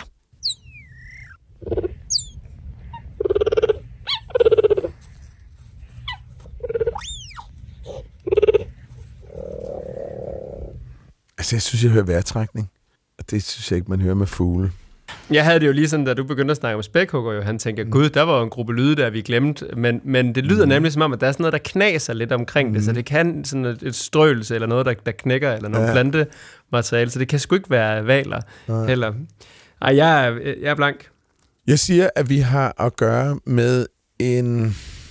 Altså, jeg synes, jeg hører vejrtrækning. Og det synes jeg ikke, man hører med fugle. Jeg havde det jo lige sådan, da du begyndte at snakke om spækhugger, jo, han tænker, gud, der var jo en gruppe lyde, der vi glemte, men det lyder nemlig som om, at der er sådan noget, der knaser lidt omkring det, så det kan sådan et strøelse, eller noget, der knækker, eller noget plantemateriale, så det kan sgu ikke være valer heller. Ej, jeg er blank. Jeg siger, at vi har at gøre med en,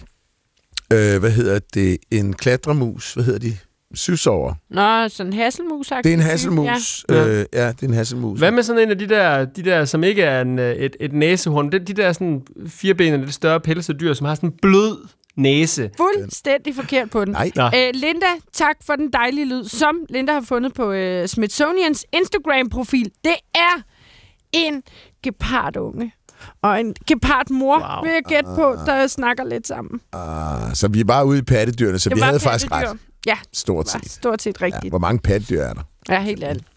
en klatremus, syvsover. Nå, sådan en hasselmus. Det er en hasselmus. Ja. Det er en hasselmus. Hvad med sådan en af de der som ikke er et næsehorn? De der sådan firebenede, lidt større pelsedyr, som har sådan en blød næse. Fuldstændig forkert på den. Nej. Linda, tak for den dejlige lyd, som Linda har fundet på Smithsonians Instagram-profil. Det er en gepardunge. Og en gepardmor, vil jeg gætte på, der snakker lidt sammen. Så vi er bare ude i pattedyrene, så vi havde faktisk ret. Ja, stort set. Stort set rigtigt. Ja, hvor mange pattedyr er der? Ja, helt ærligt.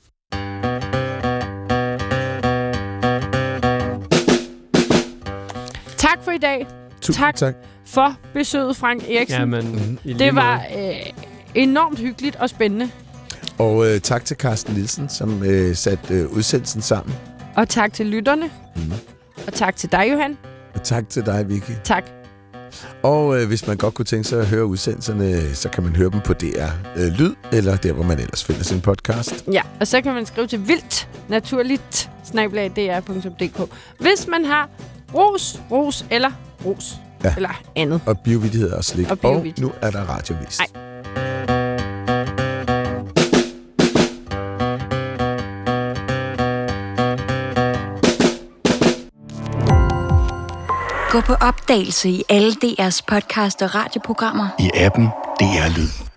Tak for i dag. Tusind tak for besøget, Frank Eriksen. Jamen, det var enormt hyggeligt og spændende. Og tak til Carsten Nielsen, som satte udsendelsen sammen. Og tak til lytterne. Og tak til dig, Johan. Og tak til dig, Vicky. Tak. Og hvis man godt kunne tænke sig at høre udsendelserne, så kan man høre dem på DR Lyd, eller der, hvor man ellers finder sin podcast. Ja, og så kan man skrive til vildtnaturligt@dr.dk, hvis man har ros eller eller andet. Og biovidigheder og slik. Og nu er der radiovis. Nej. Gå på opdagelse i alle DR's podcast og radioprogrammer. I appen DR Lyd.